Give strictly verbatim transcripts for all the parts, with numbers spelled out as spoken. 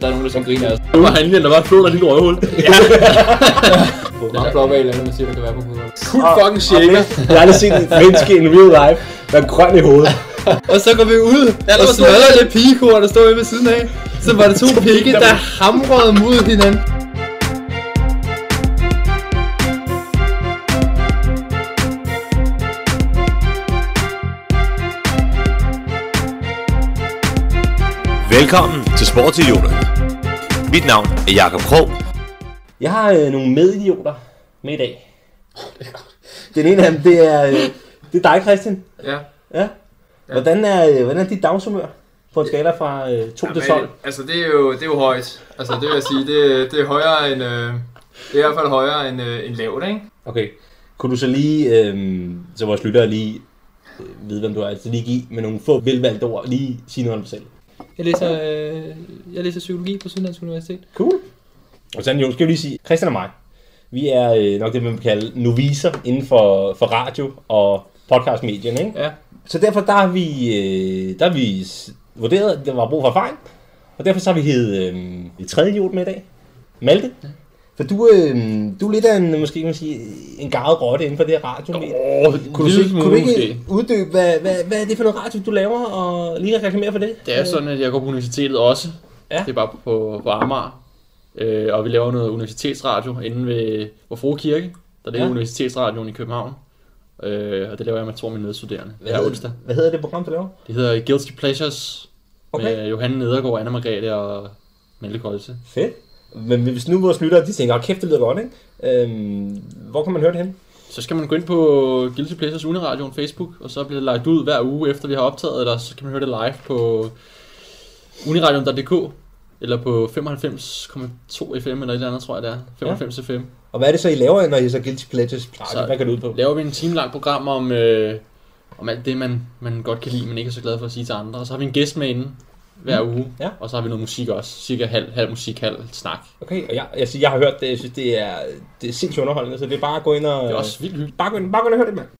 der er nogen, der skal grine af os. Nu var han lige, der var flot af dit røvhul. Ja. Hvor mange blokker eller andet, man siger, der kan være på fodbold. Fuld fucking shaker. Jeg har aldrig set en menneske in real life, der er grøn i hovedet. Og så går vi ud og smadrer det pigekor, der står ved siden af. Så var det to pigge, der hamrede mod hinanden. Velkommen til Sportsidioterne. Mit navn er Jakob Krog. Jeg har øh, nogle medidioter med i dag. Den ene af dem, det er, øh, det er dig, Christian. Ja. Ja. Hvordan er, øh, hvordan er dit dagshumør på en skala fra øh, to til tolv? Altså det er jo, det er jo højt. Altså det vil jeg sige, det, det er højere end, øh, det er i hvert fald højere end, øh, end lavt, ikke? Okay. Kunne du så lige, øh, så vores lyttere lige øh, vide, hvem du er, altså lige give med nogle få velvalgte ord, lige sige noget om dig selv. Jeg læser, øh, jeg læser psykologi på Sydlands Universitet. Cool. Og så jo, skal vi lige sige, Christian og mig, vi er øh, nok det, man vil kalde novicer inden for, for radio og podcastmedierne, ikke? Ja. Så derfor der har vi, øh, der har vi vurderet, at der var brug for erfaring, og derfor så har vi hed øh, et tredje idiot med i dag, Malte. Ja. For du, øh, du er lidt af en, måske kan man sige, en garret rotte inden for det her radiomedie. Åh, kunne, du, kunne du ikke uddybe, hvad, hvad, hvad er det for noget radio, du laver, og lige reklamere for det? Det er sådan, at jeg går på universitetet også. Ja. Det er bare på, på Amager. Øh, og vi laver noget universitetsradio inde ved Vor Frue Kirke. Der ligger ja. Universitetsradioen i København. Øh, og det laver jeg med to af mine medstuderende hver onsdag. Hvad hedder det program, du laver? Det hedder Guilty Pleasures. Okay. Med Johanne Nedergaard, Anna Margrethe og Mette Kolse. Fedt. Men hvis nu vores lyttere, de tænker, kæft, det lyder godt, ikke? Øhm, hvor kan man høre det hen? Så skal man gå ind på Guilty Pleasures Uniradioen Facebook, og så bliver det lagt ud hver uge efter vi har optaget, eller så kan man høre det live på uniradion punktum d k, eller på femoghalvfems komma to F M eller et eller andet, tror jeg det er. femoghalvfems ja. F M. Og hvad er det så, I laver, når I så Guilty Pleasures? Så hvad kan det ud på? Laver vi en timelang program om, øh, om alt det, man, man godt kan lide, men ikke er så glad for at sige til andre. Og så har vi en gæst med inden hver uge, ja. Og så har vi noget musik også. Cirka halv, halv musik, halv snak. Okay, og jeg, jeg, jeg har hørt det, jeg synes, det er, det er sindssygt underholdende, så det er bare at gå ind og... Det er også vildt hyggeligt. Bare gå ind, bare gå ind og høre det, mand.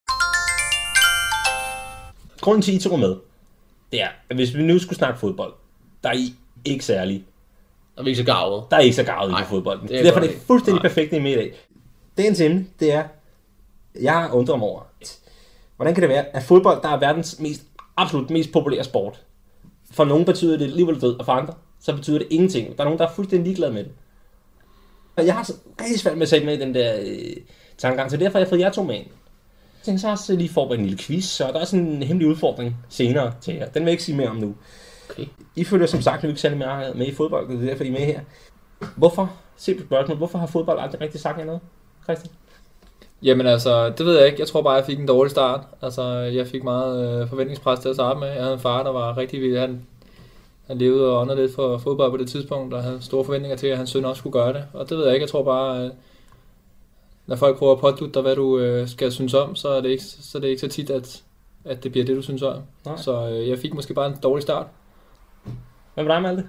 Grunden til, at I tog med, det er, at hvis vi nu skulle snakke fodbold, der er I ikke særlig. Der er vi ikke så garvet. Der er I ikke så garvet i fodbolden. Det er derfor det er fuldstændig Nej. perfekt, I er med i dag. Dagens emne, det er, jeg undrer mig over, hvordan kan det være, at fodbold, der er verdens mest, absolut mest populære sport, for nogen betyder det liv eller død, og for andre, så betyder det ingenting. Der er nogen, der er fuldstændig ligeglade med det. Og jeg har så rigtig svært med at sætte med i den der øh, tankegang, så derfor har jeg fået jer to med ind. Jeg tænker så også lige forberedt en lille quiz, så der er sådan en hemmelig udfordring senere til jer. Den vil jeg ikke sige mere om nu. Okay. I følger som sagt ikke særlig mere med i fodbold, det er derfor I er med her. Hvorfor, simpelt spørgsmål, hvorfor har fodbold aldrig rigtig sagt jer noget, Christian? Jamen altså, det ved jeg ikke. Jeg tror bare, jeg fik en dårlig start. Altså, jeg fik meget øh, forventningspres til at starte med. Jeg havde en far, der var rigtig vild. Han, han levede og åndede lidt for fodbold på det tidspunkt, og havde store forventninger til, at hans søn også skulle gøre det. Og det ved jeg ikke. Jeg tror bare, øh, når folk prøver at pådutte dig, hvad du øh, skal synes om, så er det ikke så, er det ikke så tit, at, at det bliver det, du synes om. Nej. Så øh, jeg fik måske bare en dårlig start. Hvad med dig, Malte?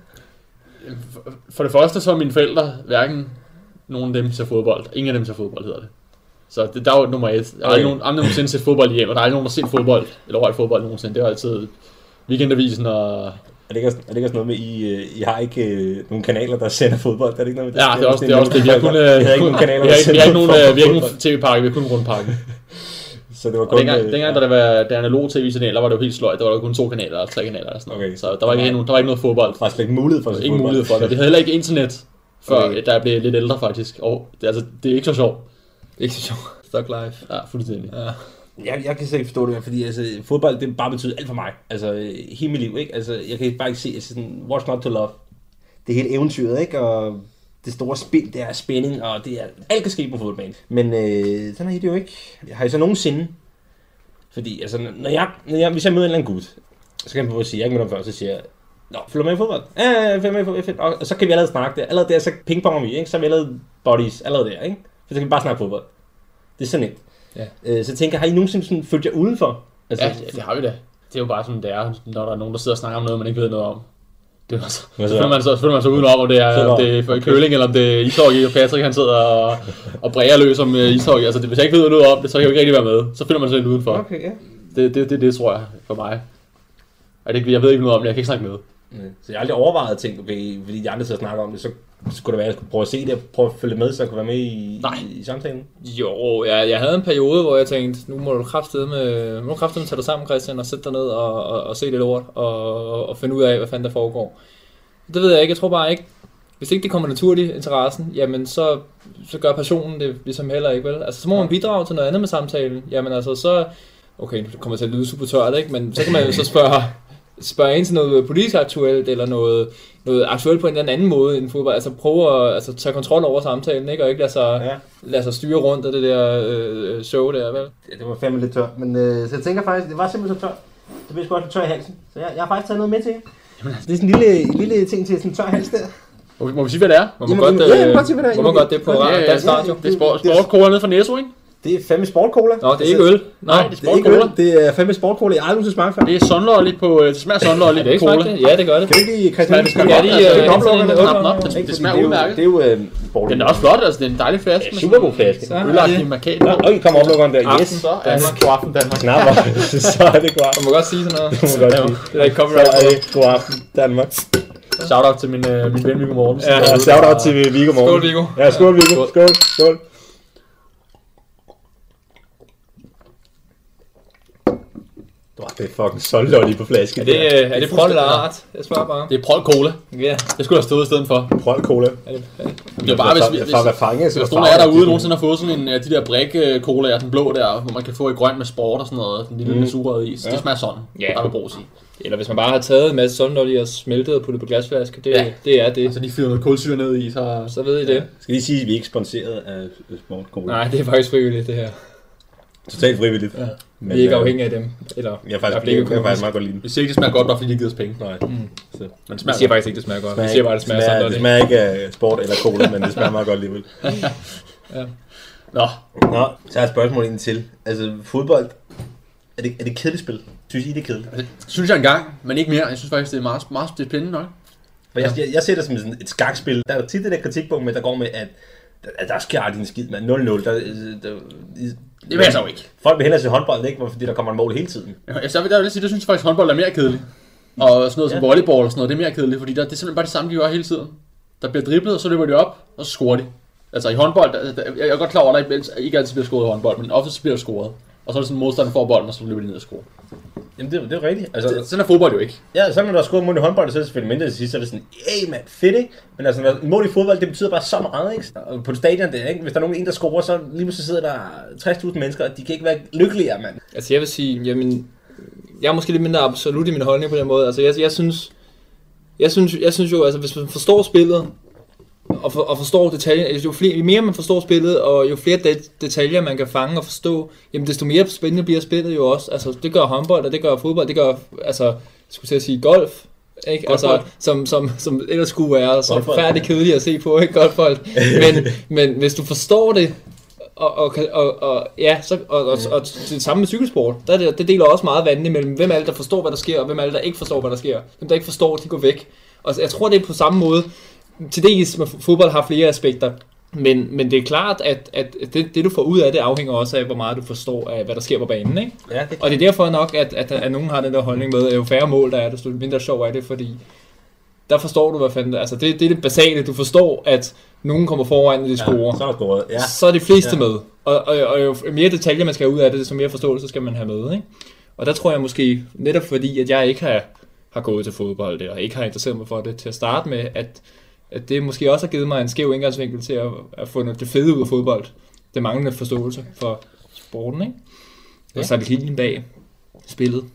For det første så er mine forældre hverken nogen af dem ser fodbold. Ingen af dem ser fodbold, hedder det. Så det, der er jo nummer et. Der er aldrig nogen andre nogensinde set fodbold i hjem, og der er aldrig nogen, der har set fodbold, eller rørt fodbold nogensinde. Det er altid Weekendavisen og... Er det ikke også, er det ikke også noget med, I, I har ikke øh, nogen kanaler, der sender fodbold? Er det ikke noget med det? Ja, det er også det. Er også det. Vi har kun, øh, ikke nogen kanaler, vi har, der vi har ikke nogen, vi har ikke nogen tv-pakke, vi har kun rundpakke. Så det var kun... Dengang, dengang ja. da der var der analog tv-signaler, var det jo helt sløjt. Der var der kun to kanaler og tre kanaler og sådan noget. Okay. Så der var, ikke, nogen, der var ikke noget fodbold. Der var slet ikke mulighed for at se Ikke mulighed for det. Vi havde heller ikke internet, før okay. der blev lidt ældre faktisk. Og det, altså, det er ikke så sjovt. Ikke så sjovt. Stuck life. Ja, fuldstændig. Ja. Jeg, jeg kan slet ikke forstå det, fordi altså, fodbold, det bare betyder alt for mig. Altså, hele mit liv, ikke? Altså, jeg kan bare ikke se, altså, sådan, what's not to love. Det er hele eventyret, ikke? Og det store spil, det er spænding, og det er, alt kan ske på fodboldbanen. Men øh, sådan er det jo ikke. Har I så nogensinde, fordi altså, når jeg, når jeg, hvis jeg møder en eller anden gut, så kan jeg prøve at sige, jeg ikke møder ham før, så siger jeg, nå, følger med i fodbold? Ja, ja, følger med i fodbold, og så kan vi allerede snakke der. Allerede der, så pingponger vi, ikke? Så er vi allerede buddies, allerede der, ikke? For så kan vi bare snakke fodbold. Det er så nemt. Ja. Øh, så tænker jeg, har I nogensinde sådan følt jer udenfor? Altså, ja, det, det har vi da. Det er jo bare sådan, det er, når der er nogen, der sidder og snakker om noget, man ikke ved noget om. Det er så, så, føler man så, så føler man så udenom, om det er, om det er for køling, eller om det er ishockey, og Patrick han sidder og, og bræger løs om uh, ishockey. Altså, det, hvis jeg ikke ved noget om det, så kan jeg jo ikke rigtig være med. Så føler man sig lidt udenfor. Okay, ja. Det, det, det, det tror jeg for mig. Jeg ved ikke noget om det, jeg kan ikke snakke med. Så jeg har aldrig overvejet at tænke, okay, fordi de andre sidder og snakker om det, så skulle det være, at jeg skulle prøve at se det og prøve at følge med, så jeg kunne være med i, i, i samtalen. Jo, jeg, jeg havde en periode, hvor jeg tænkte, nu må du kraftedeme, nu må du kraftedeme tage dig sammen, Christian, og sætte dig ned og, og, og se lidt lort, og, og finde ud af, hvad fanden der foregår. Det ved jeg ikke, jeg tror bare ikke, hvis ikke det kommer naturligt interessen, jamen så, så gør personen det ligesom heller ikke, vel? Altså så må man bidrage til noget andet med samtalen, jamen altså så, okay, nu kommer jeg til at lyde super tørt, ikke? Men så kan man jo så spørge, spørge ind til noget politisk aktuelt, eller noget, noget aktuelt på en eller anden måde inden fodbold. Altså prøve at altså, tage kontrol over samtalen, ikke? Og ikke lade sig, ja. lade sig styre rundt af det der øh, show der, vel? Ja, det var fandme lidt tørt, men øh, så jeg tænker faktisk, det var simpelthen så tørt. Det blev sgu også lidt tør i halsen, så jeg, jeg har faktisk taget noget med til jer. Det er sådan en lille, lille ting til sådan en tør hals der. Må vi, må vi sige, hvad det er? Må man godt, ja, jeg godt sige, hvad det er. Må man godt det på ja, Dansk Radio? Det er sport, sport cola nede fra Netto, ikke? Det er fandme sportcola. Nå, det er ikke øl. Nej, det er sportcola. Det er fandme sportcola. Jeg har aldrig smagt før. Det er sunlolly på, det smager sunlolly på cola. Ja, det gør det. Kan du ikke, Christian? Det smager godt. Det smager udmærket. Det er jo sportcola. Den er også flot, altså det er en dejlig flaske. Super god flaske. Ølagtig markat. Øj, kom oplukkeren der. Yes. Så er det god aften, Danmark. Snapper. Så er det god aften. Du må godt sige sådan noget. Du må godt sige. Det er ikke copyright. Så er det god aften, Danmark. Shoutout til min, øh, min ven Viggo Mortensen. Ja, shoutout til Viggo Mortensen. Skål, Viggo. Ja, skål, Viggo. Skål, skål. Det er fucking solgt på flasken. Er det, er det prol eller art? Jeg spørger bare. Det er prol cola. Ja. Det skulle have stået i stedet for. Prol cola. Er det, er det? Det er bare, hvis, hvis, hvis, hvis, hvis nogen af jer derude nogensinde har fået sådan en af de der brik-cola, den blå der, hvor man kan få i grøn med sport og sådan noget, den lille mm. surrøde is, ja. Det smager sådan. Ja. Der er brug sige. Eller hvis man bare har taget en masse sunlolly og smeltet og puttet på glasflaske, det, ja. det er det. Altså de fyrer noget kulsyre ned i, så, så ved I det. Ja. Skal lige sige, at vi ikke er sponsoreret af sport cola? Nej, det er faktisk frivilligt det her. Totalt frivilligt. Ja. Men, vi er ikke afhængige af dem. Eller, jeg er faktisk, jeg, jeg er faktisk meget godt lide. Vi siger ikke, det smager godt, bare fordi de giver os penge. Nej. Mm. Så. Men vi siger faktisk ikke, det smager godt. Vi siger bare, det smager, smager sådan. Det smager ikke af sport eller cola, men det smager meget godt alligevel. Ja. Nå. Nå, så har jeg et spørgsmål ind til. Altså, fodbold, er det, er det kedeligt spil? Synes I, det er kedeligt? Det synes jeg engang, men ikke mere. Jeg synes faktisk, det er meget, meget det er spændende nok. For jeg, jeg, jeg ser det som sådan et skakspil. Der er jo tit det der kritikpunkt med, der går med, at der, der sker aldrig en skid, man. nul nul. Der, der, der, det vil jeg så ikke. Folk vil hellere se håndbold, ikke? Fordi der kommer en mål hele tiden. Jeg, så vil jeg sige, det synes jeg faktisk, at håndbold er mere kedeligt. Og sådan noget som ja. volleyball og sådan noget, det er mere kedeligt, fordi der, det er simpelthen bare det samme, de gør hele tiden. Der bliver driblet, og så løber de op, og så scorer de. Altså i håndbold, der, der, jeg er godt klar over, at der ikke altid bliver scoret i håndbold, men ofte bliver der scoret. Og så er det sådan, modstanderen får bolden, og så løber de ned og scorer. Jamen det, det er rigtigt. Altså, det, sådan er fodbold jo ikke. Ja, så når der er scoret mål i håndbold, så er det selvfølgelig mindre til sidst, så er det sådan, hey man, fedt ikke? Men altså, når mål i fodbold, det betyder bare så meget, ikke? Og på et stadion, det, ikke? Hvis der er nogen, en, der scorer, så lige pludselig sidder der tres tusind mennesker, og de kan ikke være lykkeligere, mand. Altså jeg vil sige, jamen, jeg er måske lidt mindre absolut i min holdning på den måde. Altså jeg, jeg synes, jeg synes, jeg synes jo, altså hvis man forstår spillet, og, for, og forstår detaljer, jo, flere, jo mere man forstår spillet, og jo flere det, detaljer man kan fange og forstå, jamen desto mere spændende bliver spillet jo også. Altså det gør håndbold, og det gør fodbold, det gør, altså, jeg skulle til at sige golf, ikke? Altså, som, som, som ellers skulle være så forfærdeligt kedeligt at se på, ikke? Golfbold. Men, men hvis du forstår det, og, og, og, og ja, så, og, og, og det samme med cykelsport, der det, det deler også meget vandene mellem, hvem er det, der forstår, hvad der sker, og hvem er det, der ikke forstår, hvad der sker. Hvem der ikke forstår, de går væk. Og jeg tror, det er på samme måde. Til dels med fodbold har flere aspekter, men, men det er klart, at, at det, det du får ud af det afhænger også af, hvor meget du forstår af, hvad der sker på banen, ikke? Ja, det og det er derfor nok, at, at, at nogen har den der holdning med, at jo færre mål der er, desto mindre sjov er det, fordi der forstår du, hvad fanden altså det, det er det basale, du forstår, at nogen kommer foran, når de scorer. Ja, så er der scoret, ja. Så er de fleste ja. med, og, og, og jo mere detaljer man skal have ud af det, desto mere forståelse skal man have med, ikke? Og der tror jeg måske, netop fordi, at jeg ikke har, har gået til fodbold, og ikke har interesseret mig for det til at starte med, at at det måske også har givet mig en skæv indgangsvinkel til at, at få det fede ud af fodbold. Det manglende forståelse for sporten, ikke? Ja. Og strategien bag spillet.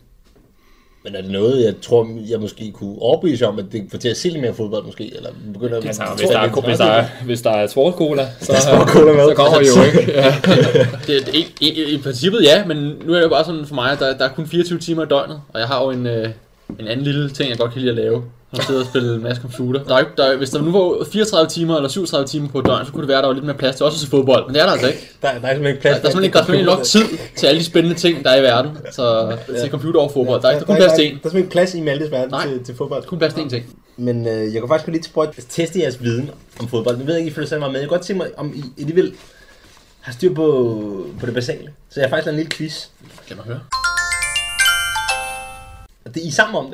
Men er det noget, jeg tror, jeg måske kunne overbevise om, at det får til at se lidt mere fodbold måske? Eller begynder at... Altså, hvis, der er, hvis, der er, hvis der er sportcola, så, sportcola så kommer det jo ikke. Ja. det, det, i, i, I princippet ja, men nu er det jo bare sådan for mig, at der, der er kun fireogtyve timer i døgnet, og jeg har jo en, en anden lille ting, jeg godt kan lide at lave. Og sidde og spille en masse computer. Der er ikke, der, hvis der nu var fireogtredive timer eller syvogtredive timer på et døgn, så kunne det være, at der var lidt mere plads til også til fodbold. Men det er der altså ikke. Der, der er simpelthen ikke plads. Der, der er simpelthen ikke nok tid til alle de spændende ting, der er i verden. Så ja. Til computer og fodbold. Ja, der er ikke kun plads til en. Der er simpelthen ikke plads i Maltes verden til, til fodbold. Kun plads til en ting. Men øh, jeg kan faktisk lige prøve at teste jeres viden om fodbold. Nu ved jeg ikke, I følger sig meget med. Jeg kan godt tænke mig, om I alligevel har styr på, på det basale. Så jeg har faktisk lavet en lille quiz. Lad mig høre. Det er I sammen om det.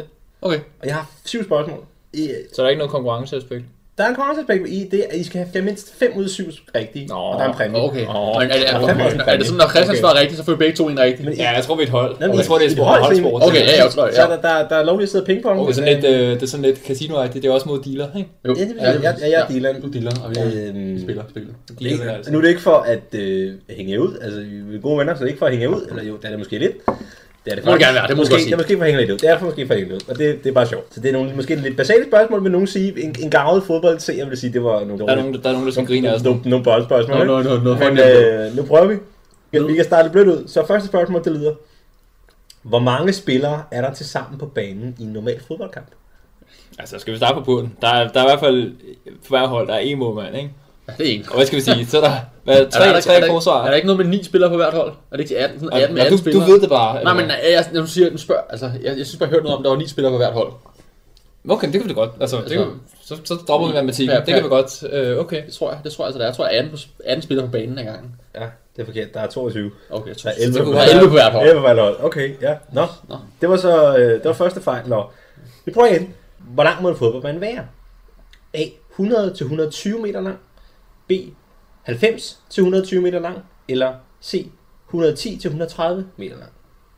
Okay. Og jeg har syv spørgsmål. I, Så der er ikke noget konkurrenceaspekt? Der er en konkurrenceaspekt i det, at I skal have mindst fem ud af syv rigtige, Nå, og der er en præmie. Okay. Åh, Men er, det, er, der er er, fem er det sådan, når Christian svarer rigtigt, så får vi begge to en rigtig? Men I, Ja, jeg tror, vi er et hold. Nå, men Jeg tror, det er I- et I hold, holdsport. Okay, ja, jeg tror, så ja. der, der, der er lovligt at sidde pingpong. Det er sådan lidt, øh, det er sådan lidt casino-agtigt. Det er også mod dealer, ikke? Jo. Ja, det vil jeg, jeg, jeg, jeg er dealeren. Du dealer, og vi Øhm, spiller, spiller. Dealer, Ikke, altså. nu er det ikke for at øh, hænge jer ud, altså vi er gode venner, så det er ikke for at hænge jer ud, eller jo, det er det måske lidt. Det er det Må det gerne være, det må du måske, godt sige. det er måske for at hænge lidt ud, det er for måske for at hænge lidt ud, og det, det er bare sjovt. Så det er nogle, måske lidt basale spørgsmål, vil nogen sige, en, en garvet fodboldseer vil sige, det var nogle Der er nogen, der, der, er nogen, der skal grine af os nu. nogle, nogle boldspørgsmål. Nå, nå, nå, nå, Men øh, nu prøver vi. Vi, vi kan starte blødt ud. Så første spørgsmål, det lyder. Hvor mange spillere er der til sammen på banen i en normal fodboldkamp? Altså, skal vi starte på porten? Der er, der er i hvert fald på hver hold, der er en målmand, ikke? Ja, det er en. Og hvad skal vi sige? Så er der hvad, tre, er der, tre er der, forsvar. er der ikke noget med ni spillere på hvert hold? Er det ikke atten, sådan atten, Ja, atten du, du spillere? ved det bare. Nej, eller men jeg, når du siger, den spørger, altså, jeg, jeg synes bare, jeg hørte noget om, der var ni spillere på hvert hold. hvad? Okay, det kan vi godt. Altså, det kan, så, så dropper vi matematikken. Ja, Det kan vi godt. Øh, okay. Det tror jeg, det tror jeg altså, der er. Jeg tror, jeg er atten, atten spillere på banen ad gangen. Ja, det er forkert. Der er toogtyve. Okay, jeg Der tror, er elleve, kunne der være er elleve på hvert hold. elleve på hvert hold. Okay, ja. Nå. Nå. Det var så øh, det var første fejl. Nå. Vi prøver igen. Hvor lang må en fodboldbane være? A. hundrede til hundrede og tyve meter lang. B. halvfems til hundrede og tyve meter lang. Eller C. hundrede og ti til hundrede og tredive meter lang.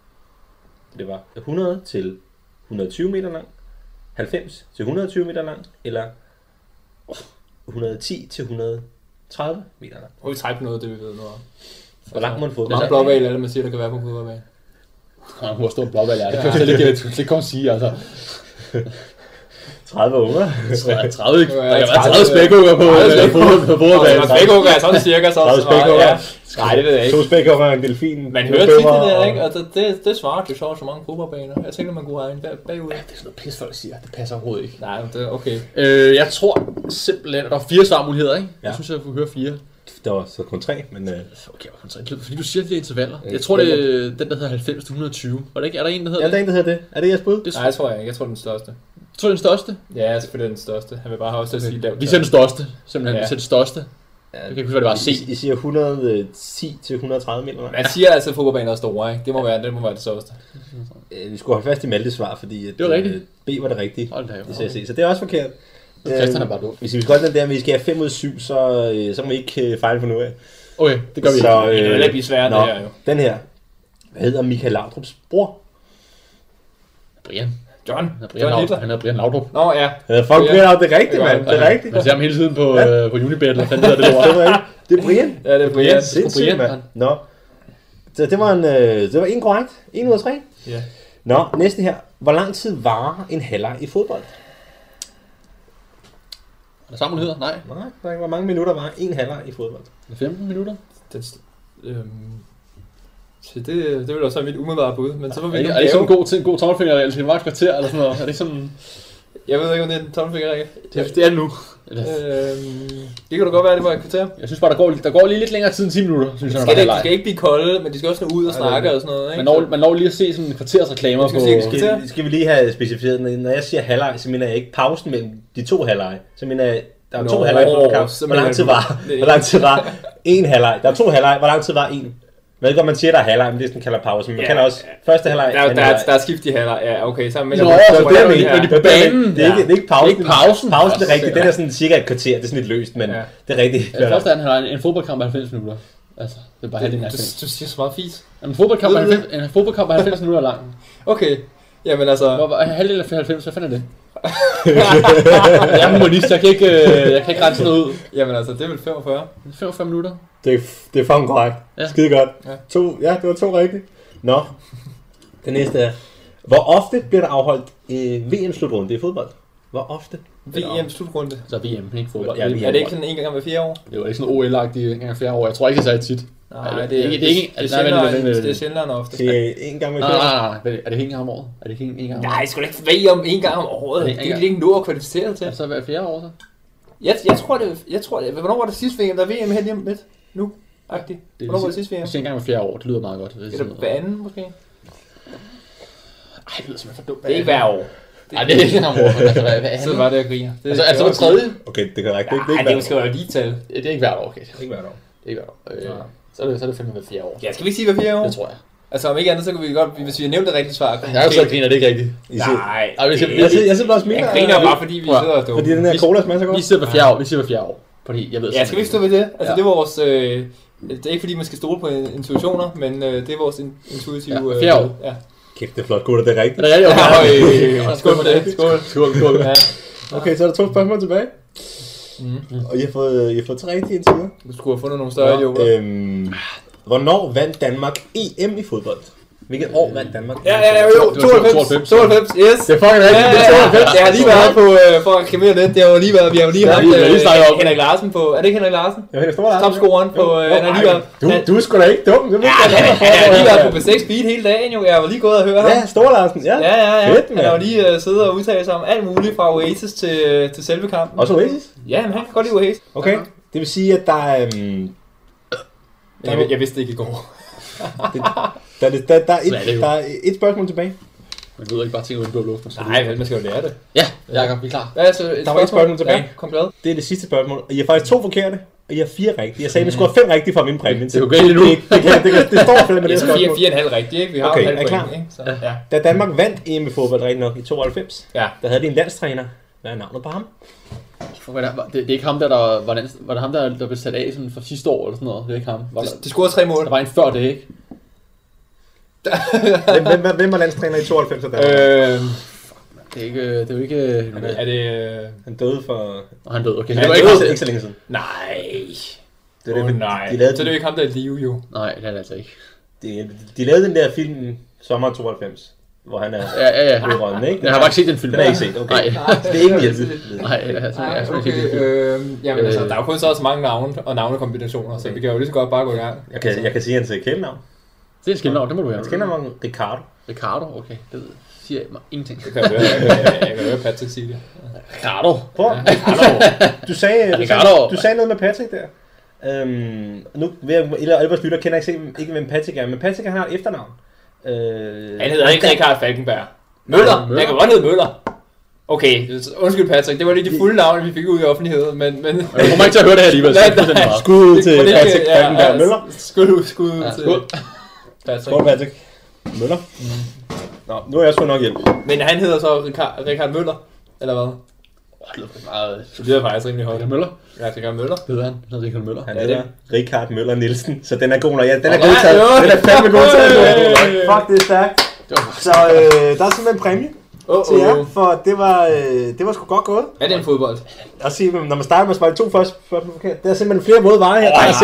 Det var hundrede til hundrede og tyve meter lang. halvfems til hundrede og tyve meter lang. Eller hundrede og ti til hundrede og tredive meter lang. Må vi trække noget, det vi ved noget om. Hvor lang må en Hvor fodboldbane mange blåval er det, man siger, der kan være på en fodboldbane? Ja, hvor stor blåvalg er det? Det kan jeg slet ikke, det kan sige, altså. tredive unger. tredive, der kan Ja, være tredive tredive spækhugger på på fodboldbanen. Og spækhugger er sådan cirka sådan. tredive så meget, spækhugger. ja. Nej, det ved jeg ikke. To spækhugger og en delfin. Man hører tit det der, ikke? Og det, det, det svarer jo så så mange fodboldbaner. Jeg tænker, man kunne regne bag- bagud. Det er sådan noget pis, folk siger. Det passer overhovedet ikke. Nej, men det er okay. Øh, jeg tror simpelthen, at der er fire svarmuligheder, ikke? Ja. Jeg synes, jeg får høre fire. Der var så kun tre, men... Øh, Okay, hvor koncentreret. Fordi du siger de der intervaller. Ja, Jeg tror, det er den, der hedder halvfems til hundrede og tyve. Var det ikke? Er der en, der hedder ja, der er det? en, der hedder det. Er det jeres bud? Det Nej, jeg tror jeg ikke. Jeg tror, det er den største. Jeg tror, det er den største. Ja, selvfølgelig den største. Han vil bare have også at sige lavt. Vi siger den største. Simpelthen, Ja. vi siger den største. Ja, Jeg kan ikke huske, hvad det var. C. I, I siger hundrede og ti til hundrede og tredive meter. Man siger altså, at fodboldbaner er store, ikke? Det må være det, må være det største. Øh, vi skulle holde fast i Maltes svar, fordi at, Det var rigtigt. øh, B var det rigtige. Hold da, Det ser jeg se. Så det er også forkert. Christian er Øh, bare dum. Hvis vi skal holde den der, hvis vi skal have fem ud af syv, så, øh, så må vi ikke øh, fejle for nu af. Okay, det gør vi Så, ikke. Det øh, vil ikke blive svært, nå, det her jo. Den her. Hvad hedder Michael Laudrups bror? Brian. John. Han er Brian, John Laud- Hitler. han er Brian Laudrup. Nå, ja. Ja, fuck, Brian. Brian, det er rigtigt, Det var mand. han. Det er rigtigt. Man ser ham hele tiden på, øh, på Unibet, eller hvad hedder det lort. Det er rigtigt. Det er Brian. Ja, det er Brian. Sindssygt, Brian, mand. han. Nå. Så det var en, øh, det var en korrekt. En ud af tre. Ja. Nå, næste her. Hvor lang tid varer en halvleg i fodbold? Er der svarmuligheder? Nej. Nej, der er ikke, hvor mange minutter var en halvleg i fodbold. Er det femten minutter? Den, øhm, så det, det vil også være mit umiddelbare bud, men så får Er vi det, nogle er det sådan en gave. god, til en god tommelfingerregel til en vagt kvarter, eller sådan noget? Er det ikke sådan... Jeg ved ikke, om det er en tommelfingerregel. Det, det er det nu. Øhm, det kan da godt være, det var et kvarter. Jeg synes bare, der går, der går lige lidt længere tid end ti minutter, synes jeg, De når skal, der er ikke, de leg. skal ikke blive kolde, men de skal også nå ud og Nej, snakke det er og sådan noget, ikke? Man når, man når lige at se sådan en kvarters reklamer på... Skal vi se- Skal, skal vi lige have specificeret, når jeg siger halvleg, så mener jeg ikke pausen mellem de to halvleg. Så mener jeg, der er Nå, to halvleg i fodboldkamp. så Hvor mener lang tid du- var, det er hvor lang tid var en halvleg? Der er to halvleg. Hvor lang tid var en? Jeg ved godt, man siger, der er halvleg, men det er sådan, kalder pause. Men man Ja, kan også første halvleg, Der, anden der, er, halvleg. der er skift i halvleg. Ja, okay. Så, men Nå, jeg- så må det er lave det, her. når de på banen. Det er ikke, det er ikke pausen. Det er ikke pausen. Pausen er rigtigt. Ja. Den er sådan cirka et kvarter. Det er sådan lidt løst, men Ja. det er rigtigt. Ja, først er han har en, en fodboldkamp af halvfems minutter. Altså, det er bare halvdelen af Du, halvfems. du siger så meget fis. En fodboldkamp er Ved du halvfems, en fodboldkamp er halvfems minutter lang. Okay. Jamen altså... Hvor var halvdelen af halvfems, hvad fanden er det? Jeg er humanist, jeg kan ikke, øh, jeg kan ikke rense noget ud. Jamen altså, det er vel femogfyrre. femogfyrre minutter. Det er, det er fucking korrekt. Ja. Skide godt. Ja. To, ja, det var to rigtigt. Nå, det næste er, hvor ofte bliver der afholdt øh, V M-slutrunde i fodbold? Hvor ofte? V M-slutrunde. Så V M, ikke fodbold. Ja, Ja, V M. Er det ikke sådan en gang hver fire år? det var ikke sådan O L-agtigt en gang fjerde år. Jeg tror ikke, det er så tit. Nej, Nej, det er, det er ikke- det er nej, vent, sjældnere, vent, vent, end- vent. det er sjældere end ofte. Det er en gang med Nej, fire. nej, nej, nej. Er det ikke en gang om året? Er det ikke en, en gang om året? Nej, skal du ikke V om en gang om året? Nej, Det ikke er ikke nå at kvalificere til. Ja, så hver fjerde år så? Jeg, jeg tror det, jeg tror det. Hvornår var det sidste V M? Der er V M her lige om lidt. Nu? Agtigt. Det er Hvornår var det lige- sidste V M? Jeg siger en gang hver fjerde år. Det lyder meget godt. Det er, Eller hver anden måske? Ej, det lyder simpelthen for dumt. Det er ikke hver år. Nej, det er ikke en gang om året. Altså, hvad, hvad er Så han? var det, jeg griner. Det, Altså, altså hver tredje? Okay, det er korrekt. Det er ikke, det er Nej, ikke det hvert skal jo være lige tal. Det er ikke hvert år, okay. år. Ikke hvert år. Det er ikke hvert år. Øh, Nej. så, er det, så er det fandme hver fjerde år. Ja, skal vi ikke sige hver fjerde år? Det tror jeg. Altså om ikke andet, så kan vi godt, hvis vi har nævnt det rigtige svar. Jeg har jo sagt, griner det ikke rigtigt. Nej. Jeg sidder bare og smiler. Jeg griner bare, fordi vi sidder og dumme. Fordi den her cola smager så godt. Vi sidder på fjerde år, vi sidder på fjerde år. Fordi jeg ved ja, skal vi ikke stå ved det? Altså det er vores... Øh, det er ikke fordi man skal stole på intuitioner, men øh, det er vores intuitive... Ja, fjerde år. Ja. Kæft, det er flot, gutter, det er rigtigt. Det er rigtigt, okay. Skål for det. Skål. Skål, skål. Ja. Okay, så er der to spørgsmål tilbage. Mm. Og I har fået, I har fået tre rigtige indtil videre. Du skulle have fundet nogle større idioter. Øhm, hvornår vandt Danmark E M i fodbold? Hvilket år vandt Danmark? Ja, ja, ja, jo, tooghalvfems, tooghalvfems, yes. Det er fucking rigtigt, det er tooghalvfems. Jeg har lige været på, øh, for at reklamere lidt, det har jo lige været, vi har jo lige haft øh, Henrik Larsen på, er det ikke Henrik Larsen? Jo, Henrik Store Larsen. Topscoren på, øh, han har lige været... Du, du er sgu da ikke dum, det ja, han, han har lige været på B seks Beat hele dagen jo, jeg var lige gået og høre ham. Ja, Store Larsen, ja. Ja, ja, ja, han har jo lige øh, siddet og udtalt sig om alt muligt fra Oasis til, til selve kampen. Også Oasis? Ja, men han kan godt lide Oasis. Okay, det vil sige, at der er... Um, jeg, jeg vidste det ikke i går. det, der, der, der, der, er et, der er et spørgsmål tilbage. Man ved ikke bare tænke ud i blå luft. Nej, vel, man skal jo lære det. Ja, Jakob, vi er klar. Ja, altså, et der spørgsmål. var et spørgsmål tilbage. Ja, kom glad. Det er det sidste spørgsmål. Og I har faktisk to forkerte, og I har fire rigtige. Jeg sagde, at jeg skulle have fem rigtige for min præmie. Det er jo galt nu. Det, det, det, det, det står for det med det spørgsmål. Det er fire og en halv rigtige, ikke? Vi har okay, en halv point, point, ikke? Så, ja. Da Danmark vandt E M i fodbold rigtig nok i tooghalvfems, ja. der havde de en landstræner. Hvad er navnet på ham? Det, det er ikke ham der, der var, den, var det ham der, der blev sat af sådan for sidste år eller sådan noget? Det er ikke ham. Var det, det scorede tre mål. Der var en før det, ikke? hvem, hvem, hvem var landstræner i tooghalvfems? Øh, det er ikke, det er jo ikke. Er det, er det han døde for. Og han døde. Okay. Han døde ikke, ikke så længe siden. Nej. Det er oh, det, nej. De lavede så det er jo ikke ham der er live jo. Nej, det er det altså ikke. De, de lavede den der film sommer tooghalvfems. Hvor han er ja, ja, ja. hovedrollen, ikke? Jeg har bare ikke set den film. Den har jeg ikke set, okay. Nej. Nej. Det er ikke en hjælp. Nej, altså, Nej, jeg okay. ikke øh, jamen, altså, der er jo kun så også mange navne og navnekombinationer, så vi kan jo lige så godt bare gå i gang. Jeg kan, jeg kan sige hans kælenavn. Det er et skældnavn, det må du høre. Hans kælenavn er Ricardo. Ricardo, okay. Det siger mig ingenting. Det kan jeg høre. Jeg kan høre Patrick sige det. Ricardo. Prøv. Ricardo. Du sagde, du, sagde, du sagde noget med Patrick der. Øhm, nu ved jeg, eller Albers lytter kender ikke, ikke hvem Patrick er, men Patrick han har et efternavn. Øh, han hedder ikke Richard Falkenberg. Møller. Møller. Jeg kan godt hedde Møller. Okay, undskyld Patrick, det var lige de fulde navne, vi fik ud i offentligheden, men... men jeg kommer ikke til at høre det her alligevel. Skud ud til Patrick Falkenberg Møller. Skud ud, skud ud til Patrick. Skål Patrick. Møller. Nå, nu er jeg sgu nok hjælp. Men han hedder så Richard, Richard Møller, eller hvad? Det lyder meget... Det lyder faktisk rimelig højt. Richard Møller? Ja, Richard Møller. Det hedder han. Han hedder Richard Møller. Han hedder Richard Møller Nielsen, så den er god nok. Ja, den er god taget. Den er fandme god taget. Fuck, det er stærkt. Så øh, der er simpelthen en præmie oh, til jer, for det var, øh, det var sgu godt gået. Er det en fodbold? Jeg siger, når man starter med at svare de to første spørgsmål forkert, der er simpelthen flere måde veje her. Der er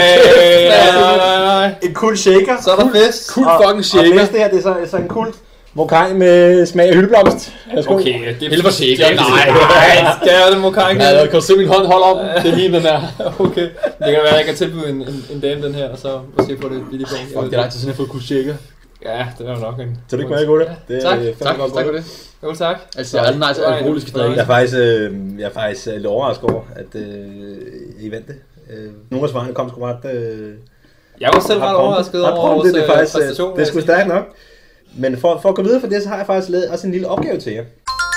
simpelthen en kul shaker. Så er der fest. Kul fucking shaker. Og næste her, det er så, så en kult mokai med smag af hyldeblomst. Okay, det er helvede shaker. Nej, nej, skal jeg det mokai? Ja, jeg kan se min hånd holde op. Det er min, den her. Okay. Det kan være, at jeg kan tilbyde en, en, en dame den her, og så se på det billige penge. Fuck, det er lang tid siden, jeg har fået kul shaker. Ja, det er jo nok en... Så det ikke meget godt, det? Tak, tak, tak, tak for det. Jo, tak. Altså, jeg er aldrig nice alkoholiske drikke. Jeg er faktisk, øh, jeg er faktisk lidt overrasket over, at øh, I vandt det. Øh, nogle af svarene kom sgu ret... Øh, jeg var selv ret overrasket over vores det, det, faktisk, præstation. Det er sgu stærkt nok. Men for, for at gå videre for det, så har jeg faktisk lavet også en lille opgave til jer.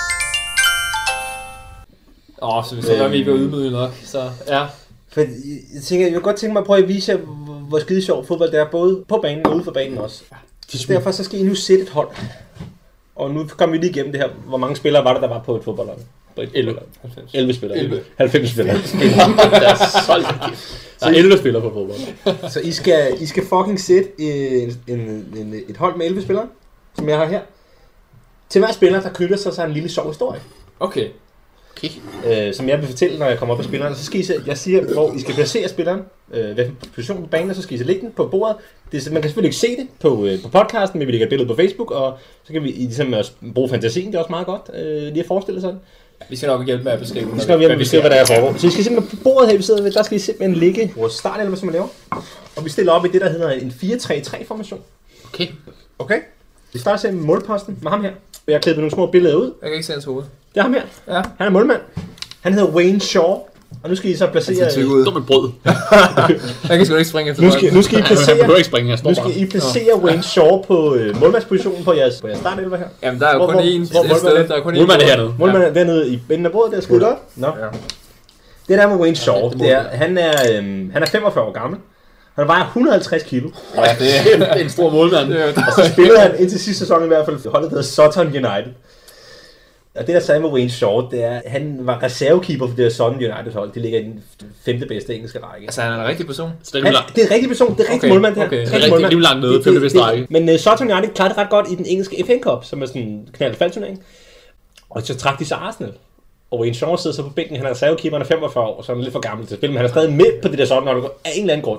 Åh, oh, så vi så var vi ikke ydmyget nok, så ja. For jeg, tænker, jeg vil godt tænke mig at prøve at vise jer, hvor skide sjov fodbold det er, både på banen og ude for banen også. Derfor så skal I nu sætte et hold. Og nu kommer vi lige igennem det her. Hvor mange spillere var der, der var på et fodboldhold? På et elleve. elleve spillere. elleve. halvfems spillere. Der er solgt. Der er elleve spillere på fodbold. Så I skal, I skal fucking sætte en, en, en, et hold med elleve spillere, som jeg har her. Til hver spiller, der knytter sig sig en lille sjov historie. Okay. Okay. Øh, som jeg vil fortælle, når jeg kommer op på spilleren. Så skal I se, jeg siger, hvor I skal placere spilleren. Øh, hvilken position på banen, og så skal I så lægge den på bordet. Det, man kan selvfølgelig ikke se det på, øh, på podcasten, men vi lægger et billede på Facebook, og så kan vi ligesom bruge fantasien, det er også meget godt, øh, lige at forestille sådan. Vi skal nok hjælpe med at beskrive, vi skal nok hjælpe med at beskrive, hvad der er foregår. Så I skal simpelthen på bordet her, vi sidder ved, der skal I simpelthen ligge vores startelver, som man laver. Og vi stiller op i det, der hedder en fire tre tre formation. Okay. Okay. Vi starter selv med målposten med ham her. Jeg har klippet nogle små billeder ud. Jeg kan ikke se hans hoved. Det er ham her. Ja. Han er målmand. Han hedder Wayne Shaw. Og nu skal I så placere... Det er dumt et brød. Jeg kan sgu ikke springe efter nu skal, nu skal I placere... Jeg kan ikke springe, jeg står Nu skal I placere Wayne Shaw på øh, målmandspositionen på jeres, på jeres startelver her. Jamen, der er jo hvor, kun én sted. Der er kun én. Målmanden er hernede. Målmanden er dernede i enden af bordet, der er skudt op. Nå. Ja. Det der med Wayne Shaw, det er, han, er, øhm, han er femogfyrre år gammel. Han vejer et hundrede og halvtreds kilo. Ja, det er en stor målmand. Og så spillede han indtil sidste sæson i hvert fald holdet, der hedder Sutton United. Og det der sagde med Wayne Shaw, det er, at han var reservekeeper for det der Sutton United hold. De ligger i den femte bedste engelske række. Altså han er en rigtig person? Så det, er han, det er en rigtig person, det er en rigtig okay, målmand her. Okay. Det er rigtig, rigtig langt nede, femte bedste række. Men uh, Sutton United klarede det ret godt i den engelske F A Cup, som er sådan en knald-fald-turnering. Og så trak de sig Arsenal. Og Wayne Shaw sidder så på bænken, han er reservekeeper, han er femogfyrre år, så han er lidt for gammel til at spille, men han er stadig med på det der Sutton hold af en eller anden grund.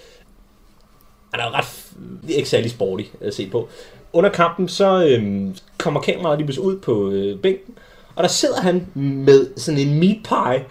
Han er jo ret ikke særlig sporty at se på. Under kampen, så øhm, kommer kameraet lige pludselig ud på øh, bænken, og der sidder han med sådan en meat pie.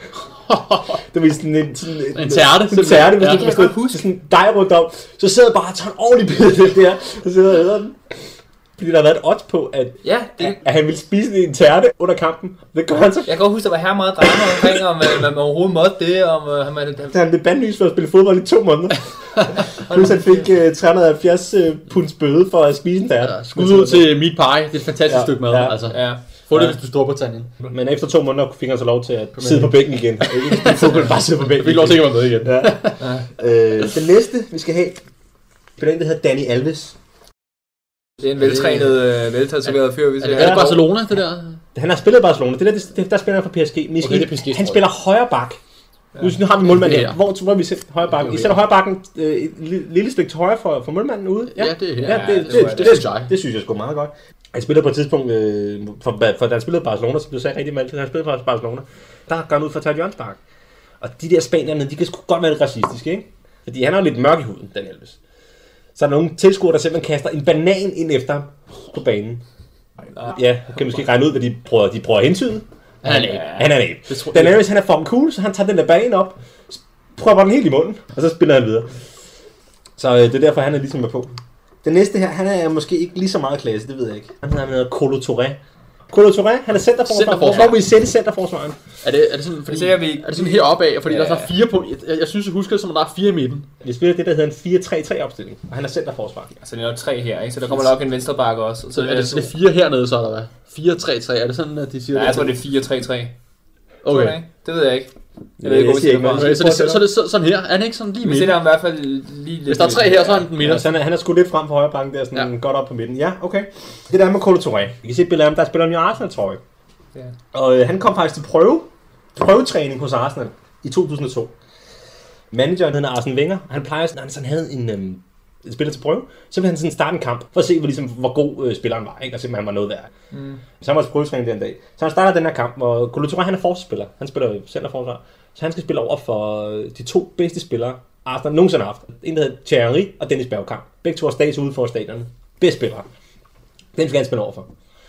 Det var sådan en... Sådan en, en tærte. En tærte, hvis ja, du kan stå huske. Sådan en dej rundt om. Så sidder bare og tager en ordentlig bid af det der, og sidder og æder den. Fordi der har været et odds på, at, ja, det... at, at han ville spise en tærte under kampen. Det gør han så. Jeg kan godt huske, der var her meget drama omkring, om man, man overhovedet måtte det. Om, uh, man, han... han blev bandlyst for at spille fodbold i to måneder. Plus han fik uh, tre hundrede og halvfjerds uh, punds bøde for at spise en tærte. Ja, skud ud til meat pie. Det er et fantastisk ja, stykke mad. Ja, altså. Ja. Få det, ja. Hvis du står på tanden. Men efter to måneder fik han så lov til at sidde på bænken igen. Ikke fodbold, bare sidde på bænken. Fik lov til at være med igen. Ja. Ja. Øh, den næste, vi skal have, er den, der hedder Dani Alves. Det er en veltrænet, øh, veltatoveret fyr, hvis vi siger. Er det Barcelona, det der? Han har spillet i Barcelona. Det der, det, der spiller han for P S G. Men okay, P S G han spiller højre bak. Ja. Nu har vi målmanden her. Hvor tror vi sætter højre bakken? I sætter højre bakken øh, et lille stykke til højre for, for målmanden ude. Ja, ja det, ja, ja, det, det, det, det, det, det, det, det synes jeg sgu meget godt. Han spiller på et tidspunkt, øh, for, for da han spillede i Barcelona, så blev det sagt rigtig meget, han spillede for Barcelona, der går han ud for at tage Jørgens Park. Og de der spanierne, de kan sgu godt være lidt racistiske, ikke? Fordi han er jo lidt mørk i huden, Dan Alves. Så er der nogle tilskuere, der simpelthen kaster en banan ind efter ham på banen. Ja, kan måske regne ud, hvad de prøver, de prøver at hentyde. Han er en Han er en abe. Dan Alves, han er fucking cool, så han tager den der banan op, prøver den helt i munden, og så spiller han videre. Så øh, det er derfor, han er ligesom med på. Den næste her, han er måske ikke lige så meget klasse, det ved jeg ikke. Han hedder Kolo Touré. Kolo Touré, han er centerforsvar. Hvorfor vil I sætte centerforsvaren? Er det, er det sådan, fordi, det vi, er det sådan heroppe af, fordi ja. Der er fire på, jeg, jeg synes, jeg husker det som, at der er fire i midten. Vi spiller det, der hedder en fire tre tre opstilling, og han er centerforsvar. Altså det er nok tre her, ikke? Så der kommer nok en venstrebakke også. Så, så er det, så det er fire hernede, så er der hvad? fire tre tre, er det sådan, at de siger ja, det? Jeg tror, det er fire tre tre. Okay. Det, det ved jeg ikke. Jeg ved ikke, hvor ikke okay, så, det, så, så det er sådan her, er han ikke sådan lige midten? Det er i hvert fald lige lidt. Hvis der er tre her, så er han den midten. Ja, så han, er, han er skudt lidt frem for højre bakken der, sådan ja. Godt op på midten. Ja, okay. Det der med Kolo Touré. Vi kan se et billede af ham, der spiller han i Arsenal, tror jeg. Ja. Og øh, han kom faktisk til prøve, prøvetræning hos Arsenal i to tusind og to. Manageren hedder Arsene Wenger, og han plejer, når han sådan havde en, øhm, en spiller til prøve, så ville han sådan starte en kamp, for at se, hvor, ligesom, hvor god øh, spilleren var, ikke? Og se, om han var noget værd. Mm. Så han var til prøvetræning den dag. Så han starter den her kamp, hvor Kolo Touré, han er forsvarsspiller. Han spiller centerforsvar. Så han skal spille over for de to bedste spillere, Arsenal nogensinde har haft. En, der hedder Thierry Henry og Dennis Bergkamp. Begge to har status ude for stadionerne. Bedste spillere. Den skal han spille over for.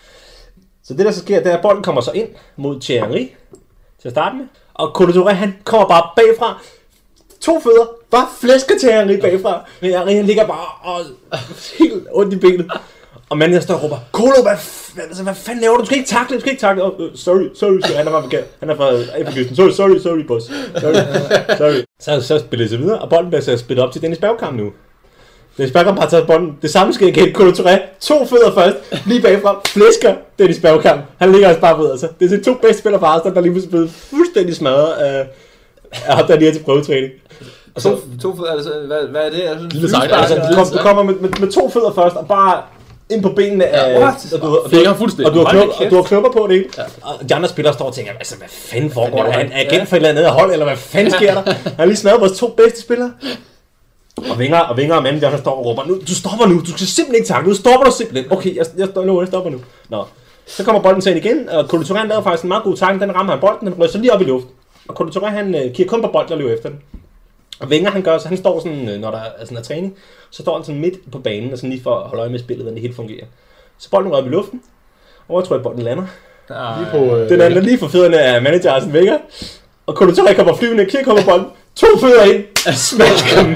Så det der så sker, det er, at bolden kommer så ind mod Thierry Henry til at starte med. Og Kolo Touré, han kommer bare bagfra. To fødder, bare flæsker Thierry Henry bagfra. Men Thierry, han ligger bare og helt ondt i benet. Og manden der står og råber, Kolo, hvad, altså, hvad fanden laver du? Du skal ikke takle, du skal ikke takle. Oh, sorry, sorry, sorry. Han er bare bekendt. Han er fra Afrikysten. Sorry, sorry, sorry, boss. Sorry, sorry. Så, så spiller det sig videre, og bolden bliver så spillet op til Dennis Bergkamp nu. Dennis Bergkamp har taget bolden. Det samme sker igen. Kolo Touré, to fødder først, lige bagfra, flæsker Dennis Bergkamp. Han ligger også bare ved altså. Det er de to bedste spillere fra Arsenal, der lige pludselig blevet fuldstændig smadret af, af ham, der lige er til prøvetræning. Og så, to, to fødder, altså, hvad, hvad er det? Er det sådan en altså, du, kom, du kommer med, med, med to fødder først, og bare ind på benene af... Ja, og du, og, du, og, du har knop, og du har knopper på det, ikke? Ja. Og de andre spillere står og tænker, altså, hvad fanden foregår der? Er han agent for et eller andet hold, eller hvad fanden sker der? Han har lige smadret vores to bedste spillere. Og Wenger og, Wenger og manden der, der står og råber, nu, du stopper nu, du skal simpelthen ikke takle, nu stopper du simpelthen. Okay, jeg, jeg, jeg, jeg stopper nu. Nå. Så kommer bolden til igen, og Kolo Touré lavede faktisk en meget god tackling, den rammer han bolden, den rører så lige op i luften. Og Kolo Touré, han uh, kigger kun på bolden og løber efter den. Og Wenger, han gør så, han står sådan, når der er sådan en træning, så står han sådan midt på banen, og sådan lige for at holde øje med spillet, hvordan det hele fungerer. Så bolden rører op i luften, og jeg tror, at bolden lander. Lige på, øh, den lander lige for fødderne af manager Arsene Wenger. Og Kolo Touré kommer flyvende, kigger kommer bolden, to fødder ind, smash.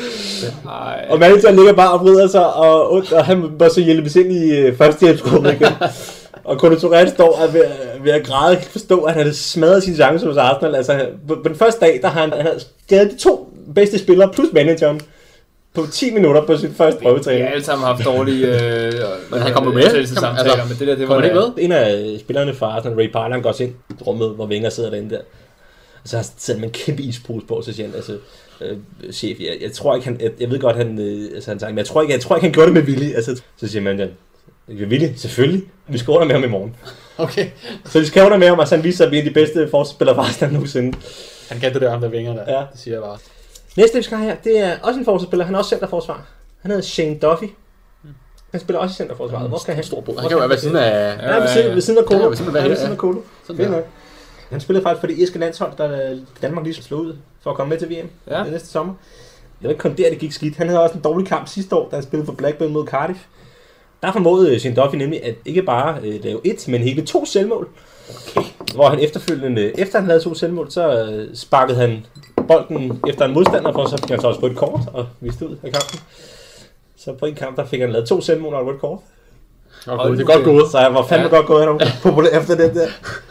Og manageren ligger bare og vrider sig, og, og han må så hjælpes ind i uh, førstehjælpsgruppen igen. Og Kolo Touré står og ved, ved at græde, kan forstå, at han havde smadret sin chance hos Arsenal. Altså, på, på den første dag, der har han, han havde skadet de to bedste spillere, plus manageren, på ti minutter på sin første prøvetræning. Ja, alle sammen har haft dårlige øh, men han kommer med. Altså, men det der, det var det ikke med? En af spillerne fra Arsenal, Ray Parlour, går ind i rummet, hvor Wenger sidder derinde der. Og så har han siddet med en kæmpe ispose på, så siger han, altså, øh, chef, jeg, jeg tror ikke, han, jeg, jeg ved godt, han, øh, altså, han sagde, men jeg tror ikke, jeg tror ikke, han gjorde det med vilje. Altså, så siger man, med vilje? Selvfølgelig. Vi skal under med ham i morgen. Okay. Så de skal under med ham, og så han viser sig at blive de bedste forsvarsspillere fra Arsenal nogensinde. Han kan det der, ham der vinger der. Ja. Det siger jeg bare. Næste vi skal have her, det er også en forsvarsspiller. Han er også centerforsvar. Han hedder Shane Duffy. Han spiller også i centerforsvaret. Hvor skal han? Stor bod. Han kan jo være ved siden af... Ja, ved siden, ved siden af Kolo. Ja, ved siden af, ja, ved siden af Kolo. Sådan der. Han spillede faktisk for det irske landshold, der Danmark lige slog ud for at komme med til V M ja. Det næste sommer. Jeg ved ikke kun der, det gik skidt. Han havde også en dårlig kamp sidste år, da han spillede for Blackburn mod Cardiff. Der formåede Shane Duffy nemlig at ikke bare øh, lave et, men hele to selvmål. Okay. Hvor han efterfølgende, efter han lavede to selvmål, så øh, sparkede han bolden efter en modstander, for så fik han så også rødt kort og viste ud af kampen. Så på en kamp, der fik han lavet to selvmål og rødt kort. Okay, det er godt gået. Så jeg var fandme ja. godt gået, han var populær efter det der.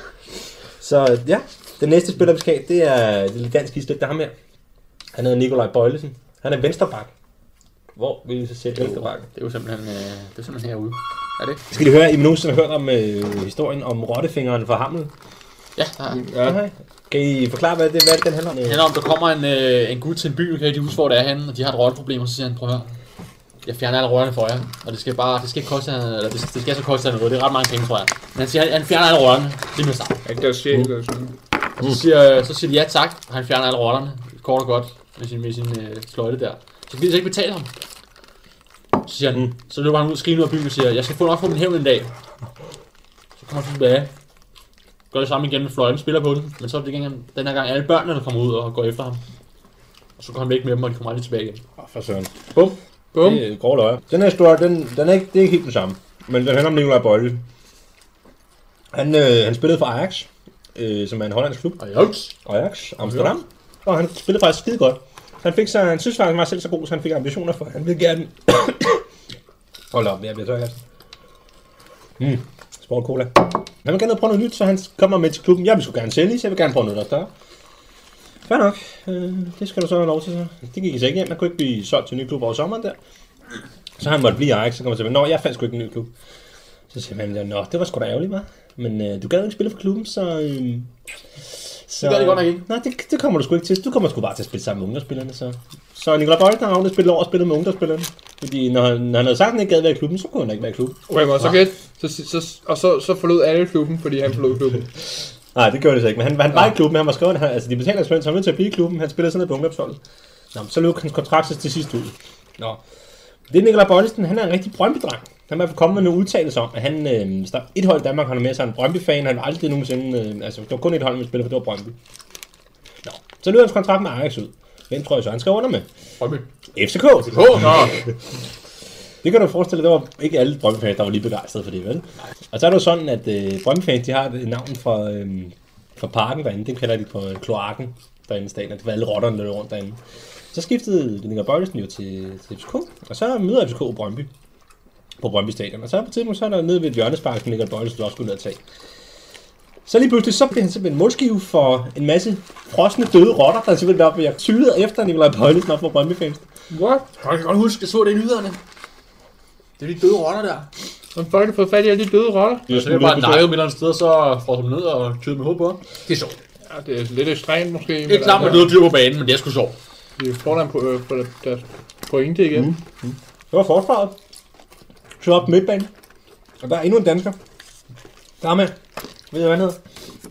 Så ja, den næste spiller, vi skal have, det er det lidt dansk islæg, der ham her. Han hedder Nikolaj Bøjlesen. Han er venstreback. Hvor vil I så sætte venstreback? Det er jo simpelthen, øh, det er simpelthen herude. Er det? Skal I høre, I nogensinde har hørt om øh, historien om rottefingeren fra Hammel? Ja, ja. ja. Kan I forklare, hvad det, hvad det den handler om? Det handler om, der kommer en, øh, en gut til en by, kan I huske, hvor det er henne, og de har et rotteproblem, og så siger han, prøv at høre, jeg fjerner alle rotterne for jer, og det skal bare, det skal ikke koste, eller det skal, det skal så koste noget, det er ret mange penge, tror jeg. Men han siger, han fjerner alle rotterne, det er med sammen. Ikke der sjæl, det er sådan. Og så siger, så siger de ja tak, og han fjerner alle rotterne, kort og godt, med sin, med sin øh, fløjte der. Så vil de så ikke betale ham. Så siger han, mm. så løber han ud og skriver ud af byen og siger, jeg skal få nok få min hævn en dag. Så kommer han tilbage. Gør det samme igen med fløjten, spiller på den, men så er det igen den her gang alle børnene, der kommer ud og går efter ham. Og så går han væk med dem, og de kommer aldrig tilbage igen. Åh, for søren. Bum. Bum. Det er grove løjer. Den her historie, den, den er ikke, det er ikke helt den samme. Men den handler om Nikolaj Bøjlesen. Han, øh, han spillede for Ajax, øh, som er en hollandsk klub. Ajax. Ajax, Amsterdam. Og han spillede faktisk skide godt. Han fik sig, han synes faktisk, han var selv så god, så han fik ambitioner for. Han ville gerne... Hold op, jeg bliver så her. Mm. Sport Cola. Han vil gerne prøve noget nyt, så han kommer med til klubben. Jeg vil sgu gerne sælge, så jeg vil gerne prøve noget der større. Fair nok. Øh, det skal du så have lov til så. Det gik så ikke hjem. Man kunne ikke blive solgt til en ny klub over sommeren der. Så han måtte blive Ajax, så kommer han til, nå, jeg fandt sgu ikke en ny klub. Så siger man, nå, det var sgu da ærgerligt, hva'? Men øh, du gad ikke spille for klubben, så... Øh, så det gør det godt nok ikke. Nej, det, det kommer du sgu ikke til. Du kommer sgu bare til at spille sammen med ungdomsspillerne, så... Så Nikolaj Bøjlesen har havnet spillet over og spillet med ungdomsspillerne. Fordi når han, når han havde sagt, at han ikke gad være i klubben, så kunne han ikke være i klubben. Okay, men så gæt. Så, så, og så, så forlod alle klubben, fordi han forlod klubben. Nej, det gjorde det så ikke. Men han, han var i klubben, han var skrevet, han, altså de betaler hans løn, så han var nødt til at blive i klubben. Han spillede sådan noget på ungdomsholdet. Nå, så løb hans kontrakt til sidst ud. Nå. Det er Nikolaj Bøjlesen, han er en rigtig Brøndby-dreng. Han er kommet med nogle udtalelser om, at han, øh, der er et hold i Danmark, han er med sig en Brøndby-fan. Han var aldrig nogensinde, øh, altså det var kun et hold, han ville spille, for det var Brøndby. Nå, så løb hans kontrakt med Ajax ud. Hvem tror jeg så, han skal under med? Brøndby. F C K. F C K, nå. Det kan du forestille dig, det var ikke alle Brøndby-fans, der var lige begejstrede for det, vel? Og så er det jo sådan, at øh, Brøndby-fans, de har et navn for, øh, for parken derinde. Den kalder de på øh, kloakken derinde i staten, og det var alle rotterne, der løb rundt derinde. Så skiftede Nikolaj Bøjlesen jo til, til F C K, og så møder F C K Brøndby på Brøndby Stadion. Og så på tidspunkt, så er der nede ved et hjørnespark, som Nikolaj Bøjlesen også skulle ned og tage. Så lige pludselig, så bliver han simpelthen målskive for en masse frosne døde rotter, der simpelthen deroppe, jeg tyvede efter Nikolaj Bøjlesen op for Brøndby-fans. What? Jeg kan godt huske, jeg så det i nyhederne. Det er de døde rotter der. Hvordan folk har fået fat i alle de døde rotter? Ja, så det er bare nakket med et eller andet sted, og så får du ned og tyde med hovedet på ham. Det er sjovt. Ja, det er lidt ekstremt måske. Det er klart, man døde dyr på banen, men det er sgu sjovt. Vi får dem på, øh, på deres pointe igen. Mm. Mm. Det var forsvaret. Så op midtbanen. Og der er endnu en dansker. Der er med. Ved I, hvad han hedder?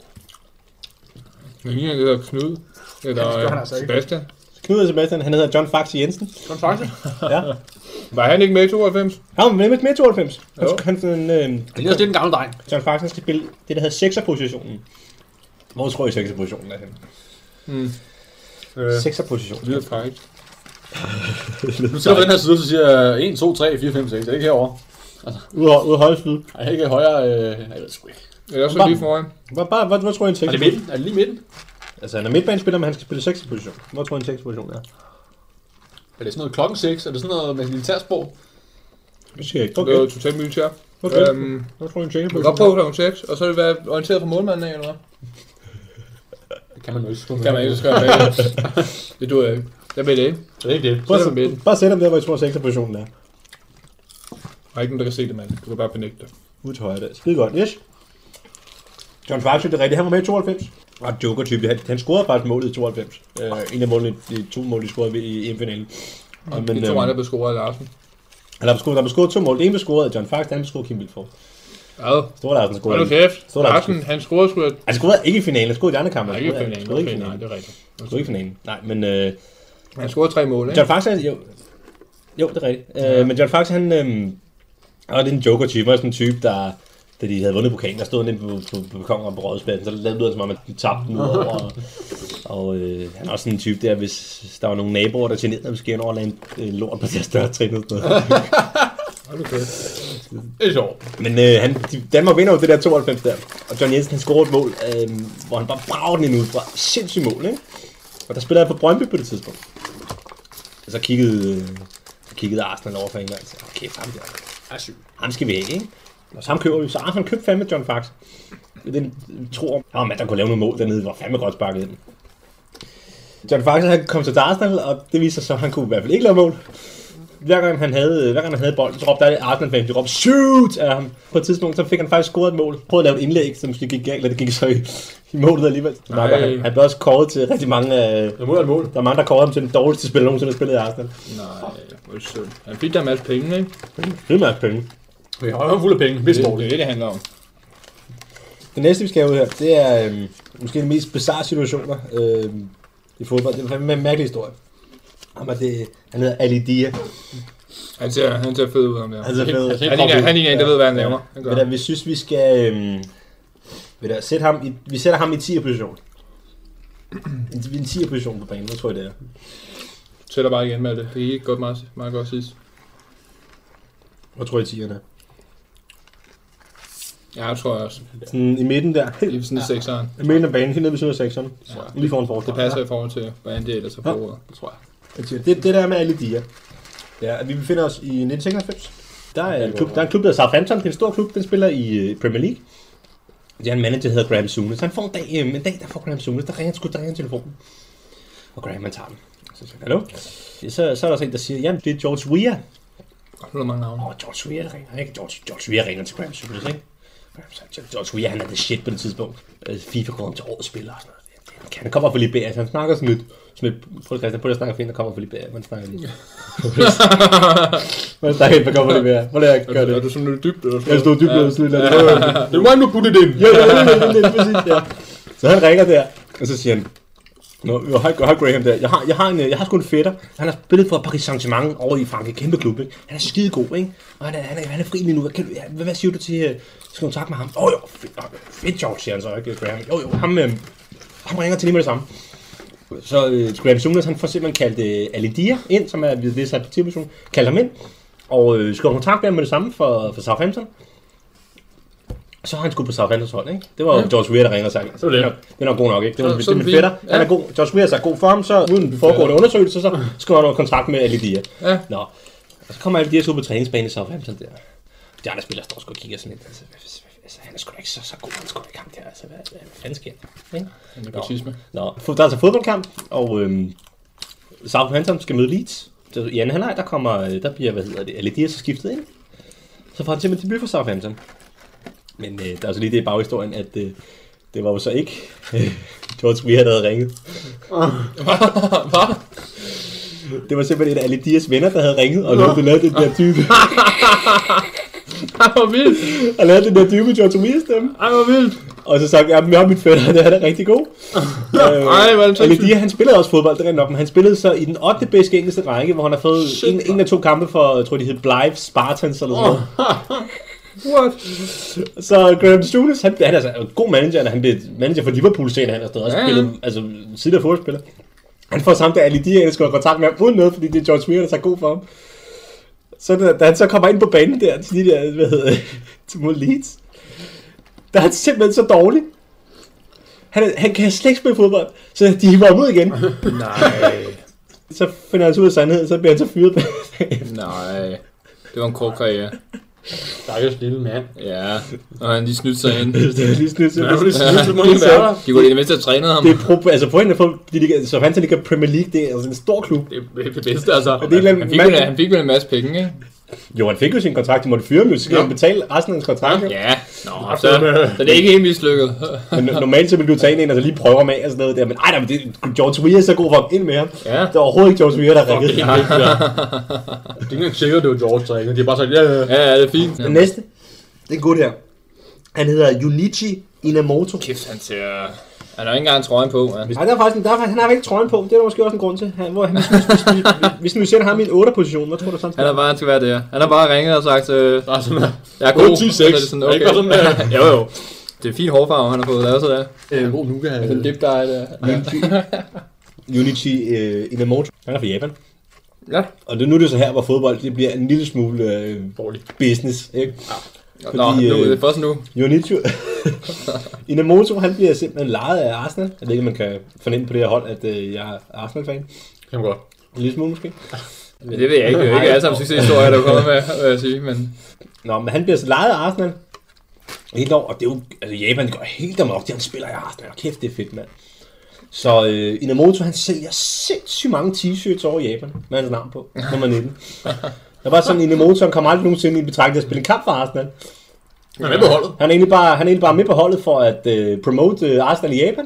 Ingen af det hedder Knud. Eller ja, Sebastian. Knud og Sebastian, han hedder John Faxe Jensen. John Faxe? Ja. Var han ikke med i tooghalvfems? Han var med med i tooghalvfems. Han, han, øh, det er også den gamle dreng. John Faxe skal spille det, der hedder sekserpositionen. Hvor tror I sekserpositionen er henne? Mm. Øh, sekserpositionen. Det er faktisk. Nu ser du den her side, så siger en, to, tre, fire, fem, seks. Det er ikke herovre. Altså. Ude af, ude af højre side. Nej, ikke højre. Øh, jeg ved sgu ikke. Det er også lige foran. Hvad, hvad, hvad, hvad tror I en sekser? Er det midten? Er det lige midten? Altså han er midtbanespiller, men han skal spille sekserposition. Hvor tror I en sekserposition er? Er det sådan noget klokken seks? Er det sådan noget med militærsprog? Det siger jeg ikke. Okay. Det er jo totalt militær. Okay. Øhm, hvad tror I en sekserposition? Du kan godt på klokken seks, og så vil det være orienteret fra målmanden af, eller hvad? Det kan man jo ikke. Det kan man ikke, så skal man med. Det duer jeg ikke. Jeg ved det ikke. Det er ikke det. Bare, bare sæt dem der, hvor jeg tror sekserpositionen er. Der er ikke nogen, der kan se det, mand. Du kan bare benægte det. Ud til højre der. Skide godt. Yes. John Faxe, det er rigtigt. Han var med i tooghalvfems. Og Joker-type. Han, han scorede faktisk målet i tooghalvfems. Uh, en af målene, de to mål, de scorede i E M-finalen. Og men, de to andre blev scoret af Larsen. Der blev scoret, der blev scoret to mål. En blev scoret af John Faxe, den anden blev scoret af Kim Vilfort. Ja. Store Larsen scorede. Hold nu kæft. Larsen, han scorede sgu... Han scorede ikke i finalen, han scorede i de andre kampe. Nej, ikke i finalen. Han ikke i finalen. Nej, det er rigtigt. Han scorede ikke i finalen. Nej, men... Øh, han scorede tre mål, ikke? John Faxe, jo... Jo, det er rigtigt. Ja. Øh, men John Faxe, han... Øh, og det er en Joker-type. Han var sådan en type, der... Da de havde vundet pokalen, der stod han inde på, på, på balkonen på Rådhuspladsen, så lavede det som om, at de tabte den ud over. Og, og øh, han er også sådan en type der, hvis der var nogle naboer, der generede, måske han overlagde en, en lort på det større trin. Okay. Det er sjovt. Men øh, han, de, Danmark vinder jo det der tooghalvfems der, og John Jensen han scorede et mål, øh, hvor han bare brager den ind ud fra. Sindssygt mål, ikke? Og der spillede han for Brøndby på det tidspunkt. Og så kiggede, øh, så kiggede Arsenal over for England og sagde, okay, ham der, er syg. Ham skal vi have, ikke? Og så ham køber vi, så Arsenal købte fandme John Faxe. Den tror om, at der kunne lave nogle mål dernede, hvor fandme godt sparket ind. John Faxe han kom til Arsenal, og det viser så, at han kunne i hvert fald ikke lave mål. Hver gang han havde, hver gang han havde bolden, så råbte der Arsenal-fans, de råbte shoot af ham. På et tidspunkt, så fik han faktisk scoret et mål. Prøvede at lave et indlæg, som måske gik galt, og det gik så i, i målet alligevel. Han, han blev også kåret til rigtig mange af... Det mål er mål. Der er mange, der kårede ham til den dårligste spiller, nogensinde har spillet i Arsenal. Nej, hvor er det sødt. Han fik der en masse penge, ikke? Det er en masse penge. Vi har jo fuld af penge, hvis det, det er det, det handler om. Det næste, vi skal have ud her, det er øhm, måske de mest bizarre situationer øhm, i fodbold. Det er fandme en mærkelig historie. Om at det, han hedder Ali Dia. Han ser, han ser fed ud, ham der. Han ser fed ud. Han er en, der ved, hvad han laver. Ja. Han vi synes, vi skal... Øhm, ved der, sætte ham i, vi sætter ham i tier-position. En, en tier-position på banen, hvad tror jeg det er? Sætter bare igen med det. Det er ikke godt meget, meget godt sidst. Hvad tror I tieren er? Ja, jeg tror jeg også. Sådan i midten der. I sådan en sekseren. I midten af banen, helt nede ved siden af sekseren. Ja. Lige foran forsvar. Det passer i forhold til, hvordan det ellers er på ordet. Det tror jeg. Det, det der med Ali Dia. Ja, vi befinder os i nitten seksoghalvfems. Der er en klub, der er en klub, der hedder Southampton. Det er en stor klub, den spiller i Premier League. Det er en manager, der hedder Graham Souness. Han får en dag, en dag der får Graham Souness, der ringer sgu der ringer telefonen. Og Graham, han tager den. Så siger hallo? Så, så er der også en, der siger, jamen, det er George Weah. Nu er der mange navne. Åh, oh, George Weah ringer, ikke? George, George Weah ringer til Graham Souness, ikke? George Weah, han er the shit på det tidspunkt. FIFA går om til årets spiller og sådan noget. Han kommer fra Liberia, han snakker sådan lidt. Sådan lidt, prøv at prøve at snakke fint, der kommer fra Liberia. Man snakker lidt. Man snakker helt, der kommer fra Liberia. Prøv at gøre det. Er du sådan lidt dybt? Jeg stod dybt og sådan lidt. Det var nu putte det ind. Ja, det er præcis, ja. Så han ringer der, og så siger han, Nå, jeg har, jeg har Graham der. Jeg har, jeg har, en, jeg har sgu en fætter. Han har spillet for Paris Saint-Germain over i Frankrig. Kæmpe klub, ikke? Han er skide god, ikke? Og han er, han er, han er fri lige nu. Hvad, kan du, hvad, hvad siger du til at uh, kontakt med ham? Åh oh, jo, fedt, fedt George, siger han så, ikke? Graham. Jo jo, ham, øh, ham ringer til lige med det samme. Så øh, Graham Souness, han får simpelthen kaldt øh, Ali Dia ind, som er ved sig på tier-position. Kalder ham ind, og øh, skal kontakt med ham med det samme for, for Southampton. Så har han sgu på Southamptons hold, ikke? Det var jo ja. George Weah, der ringer og sagde, så det er nok god nok, ikke? Det var det min fætter. Ja. Han er god. George Weah er så god for ham, så uden foregående undersøgelse, så skal han have kontrakt med Ali Dia. Ja. Nå. Og så kommer Ali Dia så ud på træningsbanen i Southampton der. De andre spillere står sgu og kigger sådan lidt. Altså, altså, han er sgu da ikke så, så god, han er sgu da ikke ham der. Altså, hvad, hvad fanden sker der? Ikke? Nepotisme. Nå. Nå. Der er altså fodboldkamp, og øhm, Southampton skal møde Leeds. Så i anden halvleg, der kommer, der bliver, hvad hedder det, Ali Dia så skiftet ind. Så får han simpelthen debut for Southampton. Men øh, der er så lige det i baghistorien, at øh, det var jo så ikke øh, George Weah, der havde ringet. Hvad? Det var simpelthen en af Ali Dias venner, der havde ringet, og lavede, lavede den der dybe. Ej, hvor vildt. Og lavede den der dybe George Weah stemme. Ej, hvor vildt. Og så sagde jeg, at mit fætter, det er da rigtig god. Ej, hvor er det Ali Dia, han spillede også fodbold, det er nok, men han spillede så i den ottende bedste engelske række, hvor han har fået Shit, en, en af to kampe for, jeg tror de hed Blythe Spartans eller sådan noget. What? Så Graham Souness, han, han er altså en god manager, han blev manager for Liverpool senere, han har stadig også ja, spillet, ja. altså tidligere fodboldspiller. Han får samt, at Ali Dia, der skulle have kontakt med ham uden noget, fordi det er George Weah, der er så god for ham. Så da, da han så kommer ind på banen der, til de der, hvad hedder til mod Leeds, der er han simpelthen så dårlig. Han, han kan slet ikke spille fodbold, så de hiver ham ud igen. Nej. Så finder han så ud af sandheden, så bliver han så fyret på. Nej, det var en kort karriere. Stakkels lille mand. Ja, og han lige snydt sig ind. Det er lige snydt sig ind. Ja, lige snydt sig ind. De kunne lige mindst have trænet ham. Det er pro- altså pointen er for, så han til ikke Premier League, det er altså en stor klub. Det er det bedste, altså. Det er han, fik vel, han fik vel en masse penge, ikke? Jo, han fik jo sin kontrakt, de måtte fyre ham, så skal han betale resten af hans kontrakt. Ja, ja. Nå, så, så det er ikke helt mislykket. Men normalt så vil du tage en, og så lige prøve ham af og sådan noget der, men ej, men det, George Weah er så god for ham ind med ham. Ja. Det er overhovedet ikke George Weah, der ringede. Det er ikke engang sikkert, det var George, der ringede. De har bare sagt, ja, ja, ja, det er fint. Den næste, det er godt her. Han hedder Junichi Inamoto. Kæft, han ser... Han har ikke engang trøjen på. Ja. Nej, der er faktisk, der er, han har ikke trøjen på. Det er der måske også en grund til. Han, hvor, hvis, hvis, hvis, hvis, hvis nu sætter ham i en otter position, hvad tror du sådan? Han har bare, han skal være der. Han har bare ringet og sagt, øh, der er sådan der. Jeg er god. ti seks. Sådan, okay. Ikke sådan der. jo, jo. Det er fint hårfarve, han har fået lavet så der. Øh, god nuka. Sådan en dip der. Junichi uh, Inamoto. Han er fra Japan. Ja. Og det, nu er det så her, hvor fodbold det bliver en lille smule uh, business, ikke? Ja. Fordi, Nå, nu er det først nu. Junichi Inamoto, han bliver simpelthen lejet af Arsenal. Jeg ved ikke, om man kan fornemme på det her hold, at uh, jeg er Arsenal-fan. Kan godt. En lille smule måske. Men det ved jeg ikke. Det er ikke alle sammen succeshistorier, der kommer med, vil jeg sige. Men... Nå, men han bliver så lejet af Arsenal. Helt over, og det er jo, altså Japan, det går helt amok, det han spiller i Arsenal. Kæft, det er fedt, mand. Så uh, Inamoto, han sælger sindssygt mange t-shirts over i Japan, med hans navn på, nummer nitten. Der var sådan, Inamoto, han kommer aldrig nogensinde i betragtning at spille en kamp for Arsenal. Han er med på holdet. Han er egentlig bare, han er egentlig bare med på holdet for at uh, promote uh, Arsenal i Japan.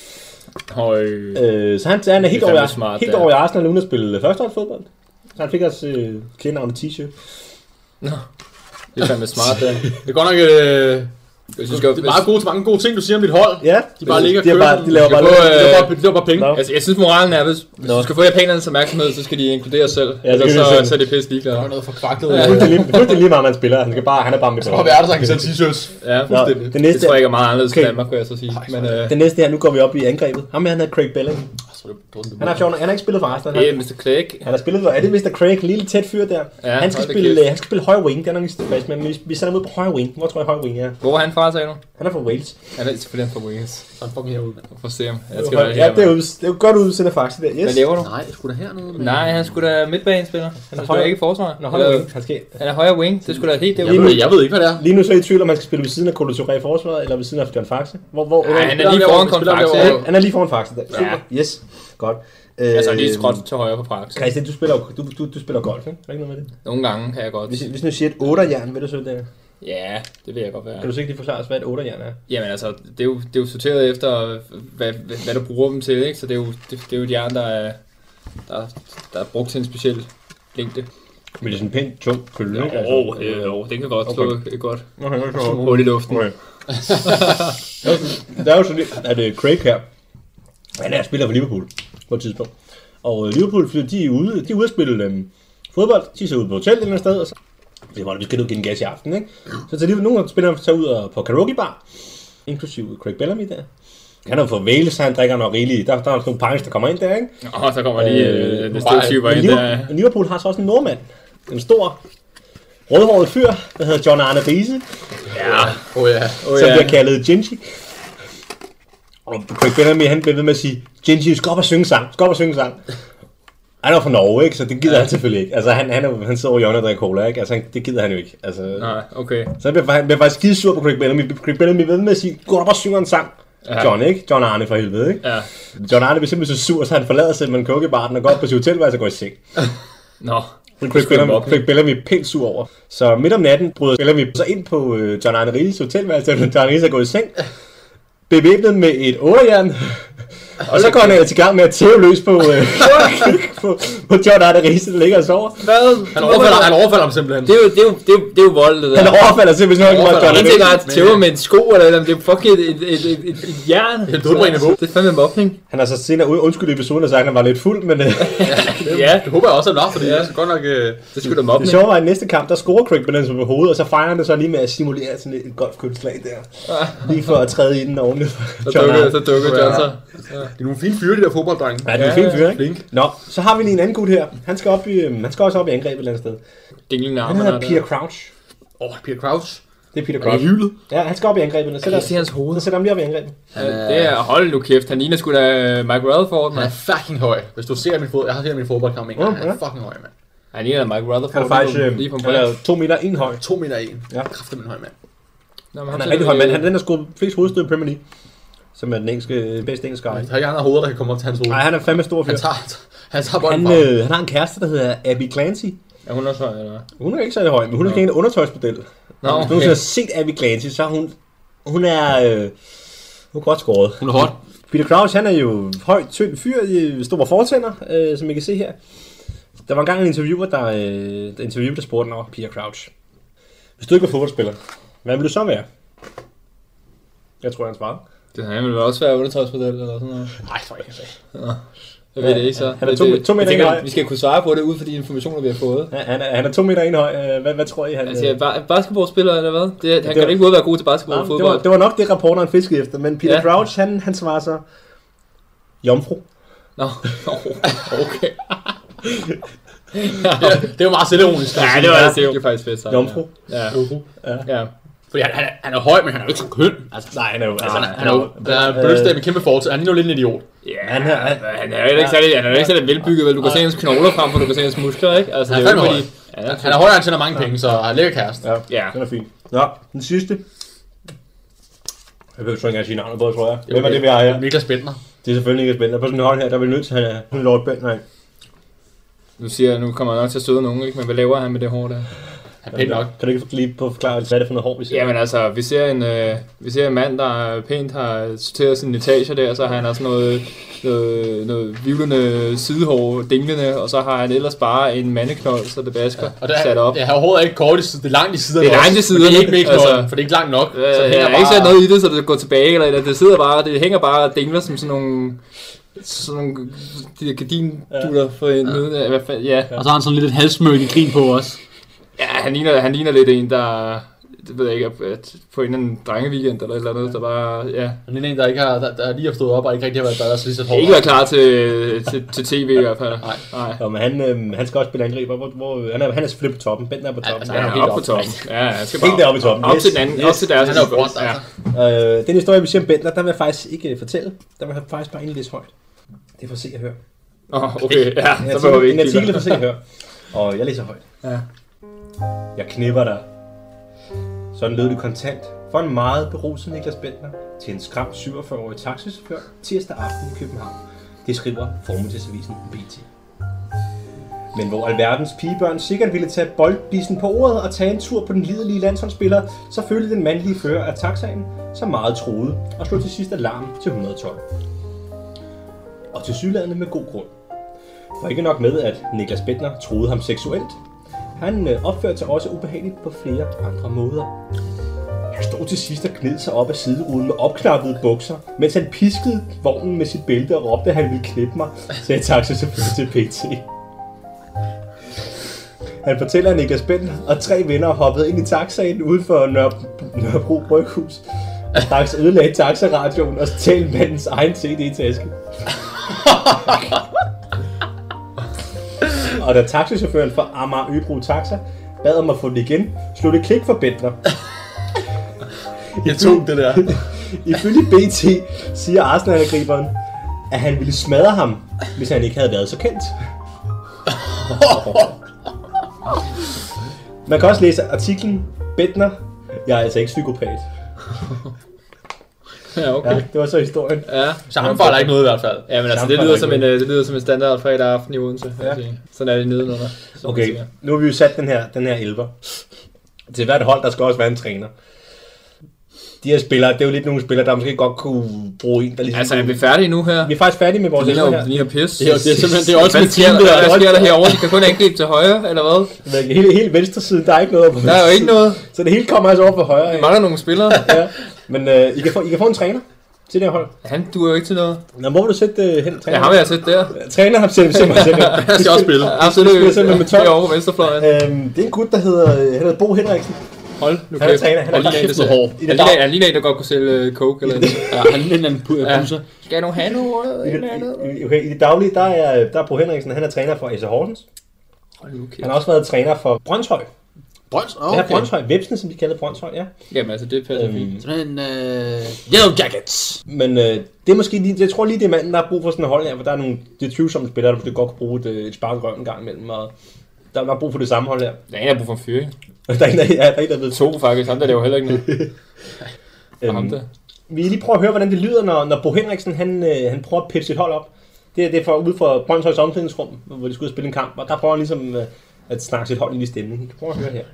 Høj. Uh, så han, han er helt, er over, smart, helt over i Arsenal uden at spille førsteholdsfodbold. Så han fik også uh, klædnavnet t-shirt. Nå, det er fandme smart, det. Det er godt nok... Øh... Det er meget gode, mange gode ting, du siger om dit hold. Ja, de bare ligger og kører. Bare, de laver bare, bare, øh, bare, bare penge. No. Altså, jeg synes, moralen er, hvis, hvis du skal få japanernes opmærksomhed, så skal de inkludere selv. Ja, så, så, så er det pisse ligeglade. Der er noget forkvaklet. Ja. Det er lige meget, man spiller. Han, skal bare, han er bare med på. Så har vi andre, der kan sælge t-shirts. Ja, fuldstændig. Det, det tror jeg ikke er meget anderledes okay. Danmark, kunne jeg så sige. Men, øh, det næste her, nu går vi op i angrebet. Ham her, han hedder Craig Bellamy. Han har sjovt, han har ikke spillet for Arsenal. Det er mister Craig. Han har spillet for, er det mister Craig, lille tæt fyr der. Ja, han skal spille, han skal spille højre wing, det er nok ikke tilfældigt, men vi, vi sender ham ud på højre wing. Hvor tror jeg højre wing er? Hvor er han fra, sagde du? Han er fra Wales. Han er selvfølgelig fra Wales. Han er fucking herude. For at se ham. Jeg skal ja, det er jo, det er jo godt ud, sender faktisk der. Yes. Hvad laver du? Nej, jeg skulle da hernede. Men... Nej, han skulle da midtbanespiller. Han er højre, ikke forsvar. Nå, højre wing. Han, skal... han er højre wing. Det skulle da helt derude. Jeg, ved, jeg ved ikke, hvad det er. Lige nu så er I tvivl, om man skal spille ved siden af Kolo Touré i forsvaret, eller ved siden af John Faxe. Hvor, hvor, Nej, han er lige foran Faxe. Han er lige foran Faxe der. Super. Yes. Godt. Altså lige skråt til højre på Faxe. Christian, du spiller, du, du, du spiller golf, ikke? Er ikke noget med det? Nogle gange kan jeg godt. Hvis, hvis nu siger et otterjern, vil du så det? Ja, det vil jeg godt være. Kan du så ikke lige forklare os, hvad et otterjern er? Jamen altså, det er jo, det er jo sorteret efter, hvad, hvad du bruger dem til, ikke? Så det er jo, det, det er jo et jern, der er, der, der er brugt til en speciel længde. Men det er sådan en pænt tung kølle, ikke? Jo, altså, øh, jo, det kan godt okay. slå et godt hul i luften. Okay. Der er jo sådan, at uh, Craig her, han er spiller for Liverpool på et tidspunkt. Og uh, Liverpool, de er ude, de er ude at spille um, fodbold, de ser ud på hotel et eller andet sted, og så det var, vi skal nu give en gas i aften, ikke? Så tager de nogle af spillerne tager ud og, på karaoke bar, inklusive Craig Bellamy der. Han har fået Wales, så han drikker noget rigeligt. Der, der er nogle punks, der kommer ind der, ikke? Åh, oh, så kommer lige øh, det stereotyper ind der. Men Liverpool har så også en nordmand. En stor, rødhåret fyr, der hedder John Arne Riise. Ja, oh ja. Oh, som ja. bliver kaldet Genji. Og Craig Bellamy, han bliver ved med at sige, Genji, skal op og synge sang, skal op og synge sang. Han er fra Norge, ikke? Så det gider ja. han selvfølgelig ikke. Altså, han, han, er, han sidder over hjørnet og drikker cola, ikke? Altså, han, det gider han jo ikke. Altså, nej, okay. Så han bliver, han bliver faktisk skide sur på Craig Bellamy. Craig Bellamy ved med at sige, gå op og synge en sang. Ja. John, ikke? John Arne for helvede, ikke? Ja. John Arne bliver simpelthen så sur, så han forlader sig med en kokebaren og går op på sit hotelværelse og går i seng. Nå. Craig Bellamy, Craig Bellamy pænt sur over. Så midt om natten bryder Bellamy så ind på uh, John Arne Riises hotelværelse, og John Arne Riise er gået i seng. Bevæbnet med et otterjern. Og så går han altså i gang med at tæve løs på, øh, på, på John Arne Riise, der ligger og sover. Hvad? Han overfalder, han overfalder ham simpelthen. Det er jo, det er jo, det er jo, det er jo vold, det der. Han overfalder simpelthen ikke John Arne Riise. En ting er at tæve med en sko, eller, eller det er fucking et, et, et, et, et jern. Det er dødbringende våben. Det er fandme mobning. Han har så senere undskyldt i episoden og sagt, at han var lidt fuld, men... ja, det, ja, det håber jeg også, at han var, fordi ja. det er godt nok... Øh, det skulle da mobning. Det sjove var, at i næste kamp, der scorer Craig Bellamy på hovedet, og så fejrer han det så lige med at simulere sådan et golfkønslag der. Lige for at træde i den ordentligt. Så dukker, så dukker John så. Det er nogle fine fyre, de der fodbolddrenge. Ja, det er fine fyre, ikke? Nå, så har vi lige en anden gut her. Han skal, op i, han skal også op i angrebet et eller andet sted. Dinglende han hedder Peter Crouch. Åh, oh, Peter Crouch. Det er Peter Crouch. Er hyldet? Ja, han skal op i angrebet. Jeg kan se hans hoved. Så sætter ham lige op i angrebet. Ja, det er, hold nu kæft. Han ligner sgu da Mike Rutherford, man. Han er fucking høj. Hvis du ser min fod, jeg har set min fodboldkamp, ikke? Han er fucking høj, mand. Han ligner Mike Rutherford. Han er faktisk lige på en plads. to meter en høj. to meter en. Ja. Kræfter min høj, mand. Nå, han er rigtig høj, mand. Han er den, der scorer flest hovedstød i Premier League. Som er den engelske, bedste engelske guy. Der er ikke andre hoveder, der kan komme op til hans hoved. Nej, han er fandme stor fyr. Han tager, han tager bolden han, øh, han har en kæreste, der hedder Abby Clancy. Er hun også høj, eller hvad? Hun er ikke særlig høj, men hun er ikke en undertøjsmodel. Nå, okay. Hvis du har set Abby Clancy, så er hun... Hun er... Øh, hun er godt skåret. Hun er hot. Peter Crouch, han er jo højt, tynd fyr i store fortænder, øh, som I kan se her. Der var engang en interviewer, der, øh, der interviewede, der spurgte over Peter Crouch. Hvis du ikke var fodboldspiller, hvad vil du så være? Jeg tror, han svarede. Det han vil også være undertøjsmodel eller sådan noget. Nej, tror jeg ikke. Ja. Jeg ved det ikke så. Han er to, det, to meter tænker, høj. Vi skal kunne svare på det ud fra de informationer, vi har fået. Ja, han, er, han er to meter en høj. Hvad, hvad tror I? Han, altså, ba- basketballspiller eller hvad? Det, han det kan var, ikke både være god til basketball og fodbold. Det var, det var nok det, rapporteren fiskede efter. Men Peter ja. Crouch, han, han svarer så... Jomfru. Nå, okay. ja, det var meget selvironisk. Ja, det var det. Det var faktisk fedt sagt. Jomfru. Ja. Ja. ja. Fordi han, han, er, han er høj, men han er jo ikke så køn. Altså, nej, han er jo... Altså, han, han er jo... Der er Bølsted med kæmpe fortid. Han er jo lidt en idiot. Ja, han er, han, han er jo ikke særlig, han er ikke særlig velbygget, vel? Du kan se hans knogler frem, for du kan se hans muskler, ikke? Altså, han, det er jo fordi, ja, han er højere, han tjener mange penge, så han lægger kæreste. Ja, ja, den er fint. Nå, den sidste. Jeg ved ikke engang sige navnet på, tror jeg. Hvem er det, vi har her? Niklas Bentner. Det er selvfølgelig Niklas Bentner. På sådan en hold her, der er vi nødt til at have Lord Bentner. Nu siger jeg, nu kommer jeg nok til at støde nogen, ikke? Men hvad laver han med det hår der? Han er pænt nok. Kan du ikke lige på forklare, hvad er det for noget hår, vi ser? Jamen altså, vi ser en, øh, vi ser en mand, der pænt har sorteret sine etager der, så han har sådan noget, noget, noget vivlende sidehår, dinglende, og så har han ellers bare en mandeknold, så det basker ja, og det er, sat op. Det er overhovedet ikke kort i siden, det er langt i siderne. Det er langt i siderne. Det er ikke med knolden, altså, for det er ikke langt nok. Øh, så det hænger jeg har ikke sat noget i det, så det går tilbage, eller, eller det sidder bare, det hænger bare og dingler som sådan nogle... sådan nogle de der gardindutter for en nede ja. Hvad fanden, ja. Og så har han sådan lidt et halsmøg i grin på os. Ja, han ligner, han ligner lidt en, der, det ved jeg ikke, at på en eller anden drengeweekend eller et eller andet, ja. Der bare, ja. Han ligner en, der, ikke har, der, der lige har stået op og ikke rigtig har været der, så lige så hårdt. Ikke været klar til, til, til tv i hvert fald. Nej. Nej. Jo, men han, øh, han skal også spille angriber, hvor, hvor han, er, han er selvfølgelig på toppen, Bentner er på toppen. Altså, han er helt oppe på toppen. Ja, han skal bare helt deroppe på toppen. Op til den anden, yes. op til deres. Han er jo brundt, altså. Øh, den historie, vi siger om Bentner, der vil jeg faktisk ikke fortælle. Der vil jeg faktisk bare egentlig lidt højt. Det er for at se og høre. Åh, oh, okay, ja, så behøver vi ikke. En artikel er for at se og høre. Og jeg læser højt. Ja. Jeg knipper dig. Sådan lød det kontant for en meget beruset Niklas Bentner til en skræmt syvogfyrre-årig taxichauffør tirsdag aften i København. Det skriver Formiddagsavisen B T. Men hvor alverdens pigebørn sikkert ville tage boldbissen på ordet og tage en tur på den liderlige landsholdsspiller, så følte den mandlige fører af taxaen så meget troede og slog til sidst alarm til et hundrede og tolv. Og til sydlandet med god grund. For ikke nok med, at Niklas Bentner troede ham seksuelt, han opførte sig også ubehageligt på flere andre måder. Han stod til sidst og gned sig op af sideruden med opknappede bukser, mens han piskede vognen med sit bælte og råbte, at han ville knippe mig, sagde taxachaufføren til P T. Han fortæller, at Niklas Bentner og tre venner hoppede ind i taxaen ude for Nør- Nørrebro Bryghus, og straks ødelagde taxaradioen og stjal mandens egen C D-taske. Og da taxichaufføren fra Amager Øbro Taxa bad om at få det igen, slog det klik for Bentner. Jeg tog det der. Ifølge B T siger Arsenal-angriberen, at han ville smadre ham, hvis han ikke havde været så kendt. Man kan også læse artiklen Bentner, jeg er altså ikke psykopat. Ja, okay. Ja, det var så historien. Ja, så han fejler ikke noget i hvert fald. Ja, men altså, det lyder, som en, det lyder som en standard fredag aften i Odense. Ja. Sådan er det nedenunder. Okay, nu har vi jo sat den her, den her elver. Til hvert hold, der skal også være en træner. De her spillere, det er jo lidt nogle spillere, der måske godt kunne bruge en, der ligesom... Altså, er vi færdige nu her? Vi er faktisk færdige med vores elver her. Vi har pis. Det er, det er simpelthen, det er også med team, der, der, der sker der herovre? De kan kun angribe til højre, eller hvad? Hele, hele venstre side, der er ikke noget på der er jo ikke noget. Så det hele kommer altså over for højre. Vi mangler nogle spillere. Ja, men øh, I, kan få, I kan få en træner til det her hold. Han duer jo ikke til noget. Nå, hvor vil du sætte uh, hen? Ja, ham vil jeg sætte der. Træner ham simpelthen. Han skal også spille. Absolut. Han spiller med tolv. Herovre på venstrefløjen. Øhm, det er en gut, der hedder, han hedder Bo Henriksen. Hold nu kæft. Han er træner. Han er kæft noget hår. Han ligner en, der godt kunne sælge coke eller noget. Ja, han ligner en pusser. Skal du have noget? Okay, i det daglige, der er, der er Bo Henriksen, han er træner for A C Horsens. Hold nu kæft. Han har også været træner for Brøndshøj. Brøndshøj? Okay. Ja, Brøndshøj. Vepsene, som de kalder Brøndshøj, ja. Jamen altså, det passer fint. Sådan en uh, Yellow Jackets. Men øh, det er måske lige, jeg tror lige, det er manden, der har brug for sådan en hold her, hvor der er nogle det tvivlsomme spillere, der godt kunne bruge et, et sparket røv en gang imellem, og der er brug for det samme hold her. Der er en, der har brug for en fyring. Der er en, der, ja, der er en, der ved to faktisk, ham der laver heller ikke noget. øhm, ham der. Vi lige prøve at høre, hvordan det lyder, når, når Bo Henriksen, han, øh, han prøver at pippe sit hold op. Det er, det er for, ude for Brøndshøjs omklædningsrum, hvor de skulle spille en kamp, og der prøver han ligesom... Øh, at snakke sit hold ind i stemning. Prøv at høre her.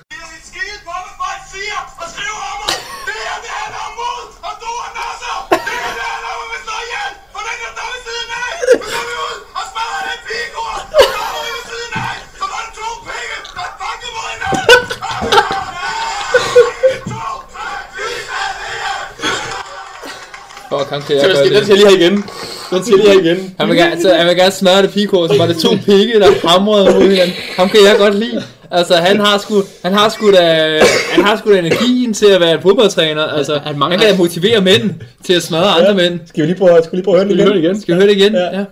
Fuck, ham kan jeg så gøre det. Den tæller her igen. Den tæller her igen. Han vil gerne, så, han vil gerne smøre det pigekort, så var det to pikke, der hamrede mod hinanden. Ham kan jeg godt lide. Altså, han har sgu, han har sgu da, han har sgu da energien til at være en fodboldtræner. Altså, han, han kan motivere mænd til at smadre andre mænd. Skal vi lige prøve, skal vi lige prøve at høre det igen? Skal vi høre det igen? Ja. ja.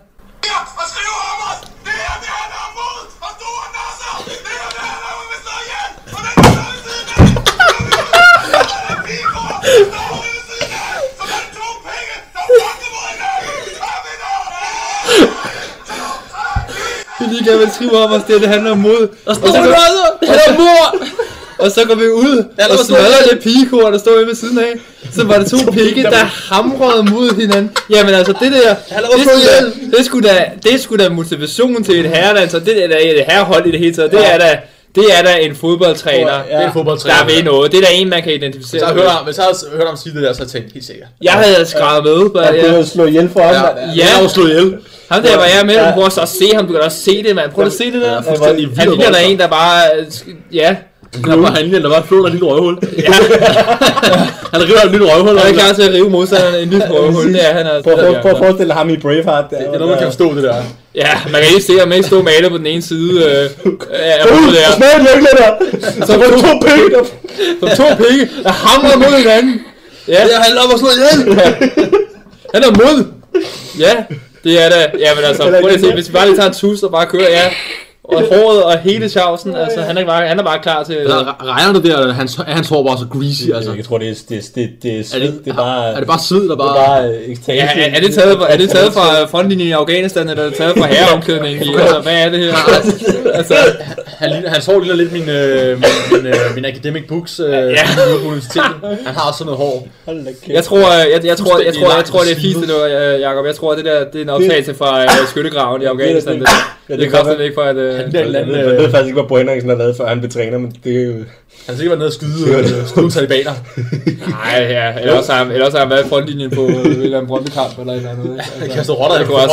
Vi lige gerne vil skrive om os, det, det handler om mod. Og så, og så, går, og, og så går vi ud og smadrer det pigekort, der står inde ved siden af. Så var det to pikke, der hamrede mod hinanden. Jamen altså, det der, det skulle, da, det skulle da, det skulle da motivation til et herreland, så det er da et herrehold i det hele taget. Det er da, det er da en fodboldtræner, ja. Det er en fodboldtræner, der ved noget. Det er da en, man kan identificere. Så jeg hørt, hvis jeg havde hørt ham sige det der, så havde jeg tænkt helt sikkert. Jeg havde skrevet med. Bare, jeg kunne slå ihjel for ham. Ja, jeg havde slået ihjel. Ham der var jeg med, du prøver så at se ham, du kan også se det, mand. Prøv at se det der. Han ligner der en, der bare, ja. Der var han der bare flot og et lille røvhul. Ja. Han river et lille røvhul. Han er klar til at rive modstanderne i et nyt røvhul. Det er han altså. Prøv at forestille ham i Braveheart. Det er noget, man kan forstå det der. Ja, man kan ikke se ham ikke stå malet på den ene side af hovedet der. Smag et lykke der. Så var det to pikke. Så to pikke, der hamrer mod hinanden. Ja, det handler om at slå ihjel. Han er mod. Ja, det er da. Ja, men altså, prøv at se, hvis vi bare lige tager en tus og bare kører, ja. Og håret og hele sjavsen, altså han er bare, han er bare klar til... Regner det der, hans, hans hår bare så greasy, altså? Jeg tror, det er, det, det, det er sved, det er bare... Er det bare sved, der bare... Det er bare ekstase. Ja, er, er det taget fra, er det taget fra frontlinjen i Afghanistan, eller er det taget fra herreomklædningen? Altså, hvad er det her? Altså, han, hans hår ligner lidt min, øh, min, min, min academic books øh, ja. Universitet. Han har også sådan noget hår. Jeg tror, jeg, jeg tror, jeg tror, jeg tror, det er fisk, det var, Jacob. Jeg tror, det der, det er en optagelse fra uh, skyttegraven i Afghanistan. Det, det, det kræfter ikke for, at... Uh, jeg ved faktisk ikke, hvad Bo Henriksen har lavet, før han blev træner, men det er jo... Han har sikkert været nede og skyde, skyde talibaner. Nej, ja. Eller også har han, eller også har han været i frontlinjen på en eller anden Brøndby-kamp eller et eller andet. Han kaster rotter, det kunne også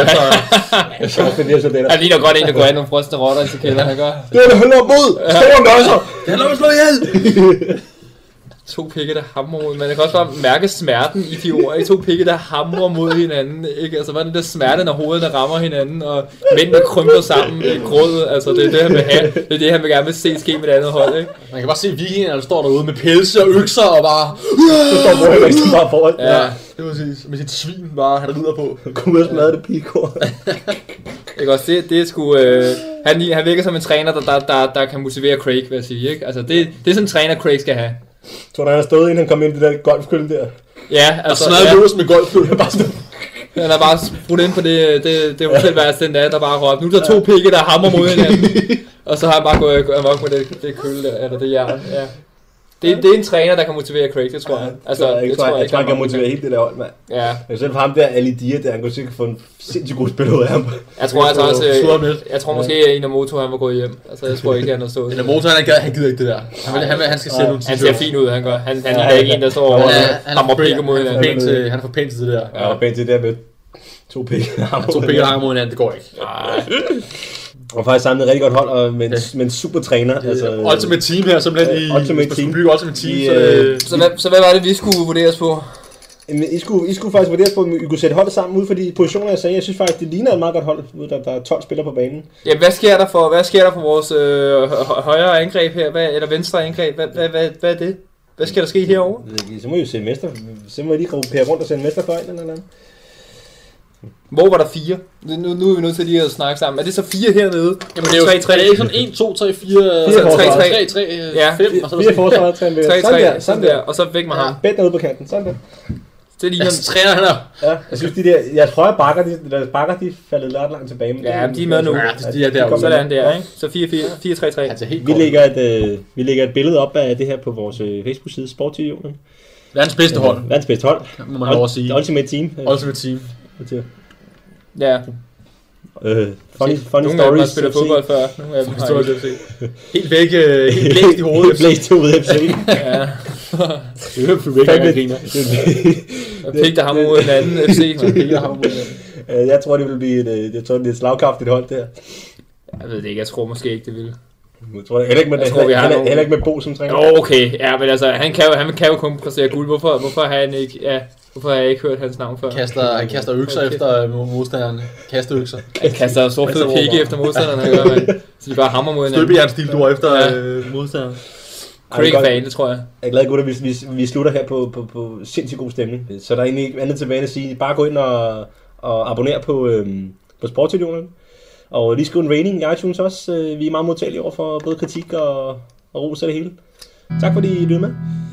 sagt. Han ligner godt en, der går ind nogle frostende rotter i til kælder, han gør. Det er det, handler om mod! Store nøjser! Det handler om at slå ihjel! To pikke, der hamrer mod, men jeg kan også bare mærke smerten i de ord, i to pikke, der hamrer mod hinanden, ikke? Altså, hvad er det der smerte, når hovederne rammer hinanden, og mændene krymper sammen i grådet, altså, det er det, han vil have, det er det, han vil gerne vil se ske med det andet hold, ikke? Man kan bare se vikingerne, der står derude med pelse og økser, og bare... Så står Bo Henriksen bare foran. Ja, det vil sige, med sit svin bare, han rider på. Kom ud og smadre det pigekort. Ikke også, det, det er sgu, øh, han, han virker som en træner, der, der, der, der kan motivere Craig, vil jeg sige, ikke? Altså, det, det er sådan en træner, Craig skal have. Tror du, han har stået inden han kom ind i det der golfkøl der? Ja, altså... Og smadret løs med golfkøl, han bare stod... Han har bare brudt ind på det, det, det hotelværelse den der, der bare råbt. Nu er der to pikke, der hammer mod hinanden. Og så har han bare gået amok med det, det køl der, eller det jern, ja. Det, det er en træner, der kan motivere Craig, det tror jeg. Altså, jeg, jeg, tror, jeg, jeg, jeg tror, han kan motivere helt det der hold, mand. Ja. Men selv for ham der, Ali Dia, der han kunne sikkert få en sindssygt god spil ud af ham. Jeg tror altså også, jeg, jeg tror måske, at Inamoto han var gået hjem. Altså, jeg tror ikke, han har stået. Inamoto, han, han gider ikke det der. Han, vil, han, vil, han skal se nogle Han ser fin ud, han gør. Han, han er ikke en, der står over og hammer pikke mod hinanden. Han er for pænt til det der. Ja, han er pænt til det der med to pikke. To pikke, der hammer mod hinanden, det går ikke. Og faktisk samlet et rigtig godt hold, og med, en, med en super træner. Altså, Ultimate Team her, simpelthen i... Ultimate Team. Bygge Ultimate Team, I, så, øh, så, hvad, så hvad var det, vi skulle vurderes på? I skulle, I skulle faktisk vurderes på, at I kunne sætte holdet sammen ud for de positioner, jeg sagde. Jeg synes faktisk, det ligner et meget godt hold, der, der er tolv spillere på banen. Ja, hvad sker der for, hvad sker der for vores øh, højre angreb her, hvad, eller venstre angreb? Hvad, hvad, hvad, hvad er det? Hvad skal der ske herovre? Så må I jo se mester. Så må I lige gruppere rundt og sende mester for en eller anden. Hvor var der fire? Nu, nu er vi nødt til lige at snakke sammen. Er det så fire hernede? Jamen det er jo tre tre. Det er sådan et, to, tre, fire, tre, tre, fem, og så fire forsvarer, tre, tre, sådan der, og så væk med ham. Bent er ude på kanten, sådan der. Det ligner en træner han er. Ja, jeg synes de der, jeg tror at bakker, de, deres bakker, de faldet lidt langt tilbage. Men ja, de er med nu. Ja, de er der. Sådan der, ikke? Så fire fire, tre tre. Altså helt vi lægger et, øh, vi lægger et billede op af det her på vores øh, Facebook-side, Sportillionen. Verdens bedste hold. Ja, verdens bedste hold. Må man lov at sige. Ultimate Team. Ultimate Team. Ja. Øh, funny, funny nogle stories. Nogle har spillet fodbold før, nogle af dem har ikke F C. Helt væk, helt blæst i hovedet. Helt blæst i hovedet F C. Ja. Det er jo væk, jeg griner. Jeg pigter ham mod en anden F C. Jeg pigter ham mod en anden. Jeg tror, det vil blive et, jeg tror, det er et slagkraftigt hold der. Jeg ved det ikke, jeg tror måske ikke, det vil. Jeg tror, det, heller ikke med, jeg tror, vi har heller, nogle... heller ikke med Bo som træner. Jo, okay. Ja, men altså, han kan jo, han kan jo kun præstere guld. Hvorfor, hvorfor har han ikke... Ja, hvorfor har jeg ikke hørt hans navn før? Kaster, han kaster økser okay. efter modstanderen. Kaster økser. Han kaster så fede pikke efter modstanderen, han gør, man. Så de bare hammer mod hinanden. Støbejern-stil, du efter ja. øh, modstanderen. Craig-fan, det tror jeg. Jeg er glad, at vi, vi, vi slutter her på, på, på sindssygt god stemning. Så der er egentlig ikke andet tilbage at sige. Bare gå ind og, og abonnere på, øhm, på Sportsillionerne. Og lige skrive en rating i iTunes også. Vi er meget modtagelige over for både kritik og, og ros af det hele. Tak fordi I lyttede med.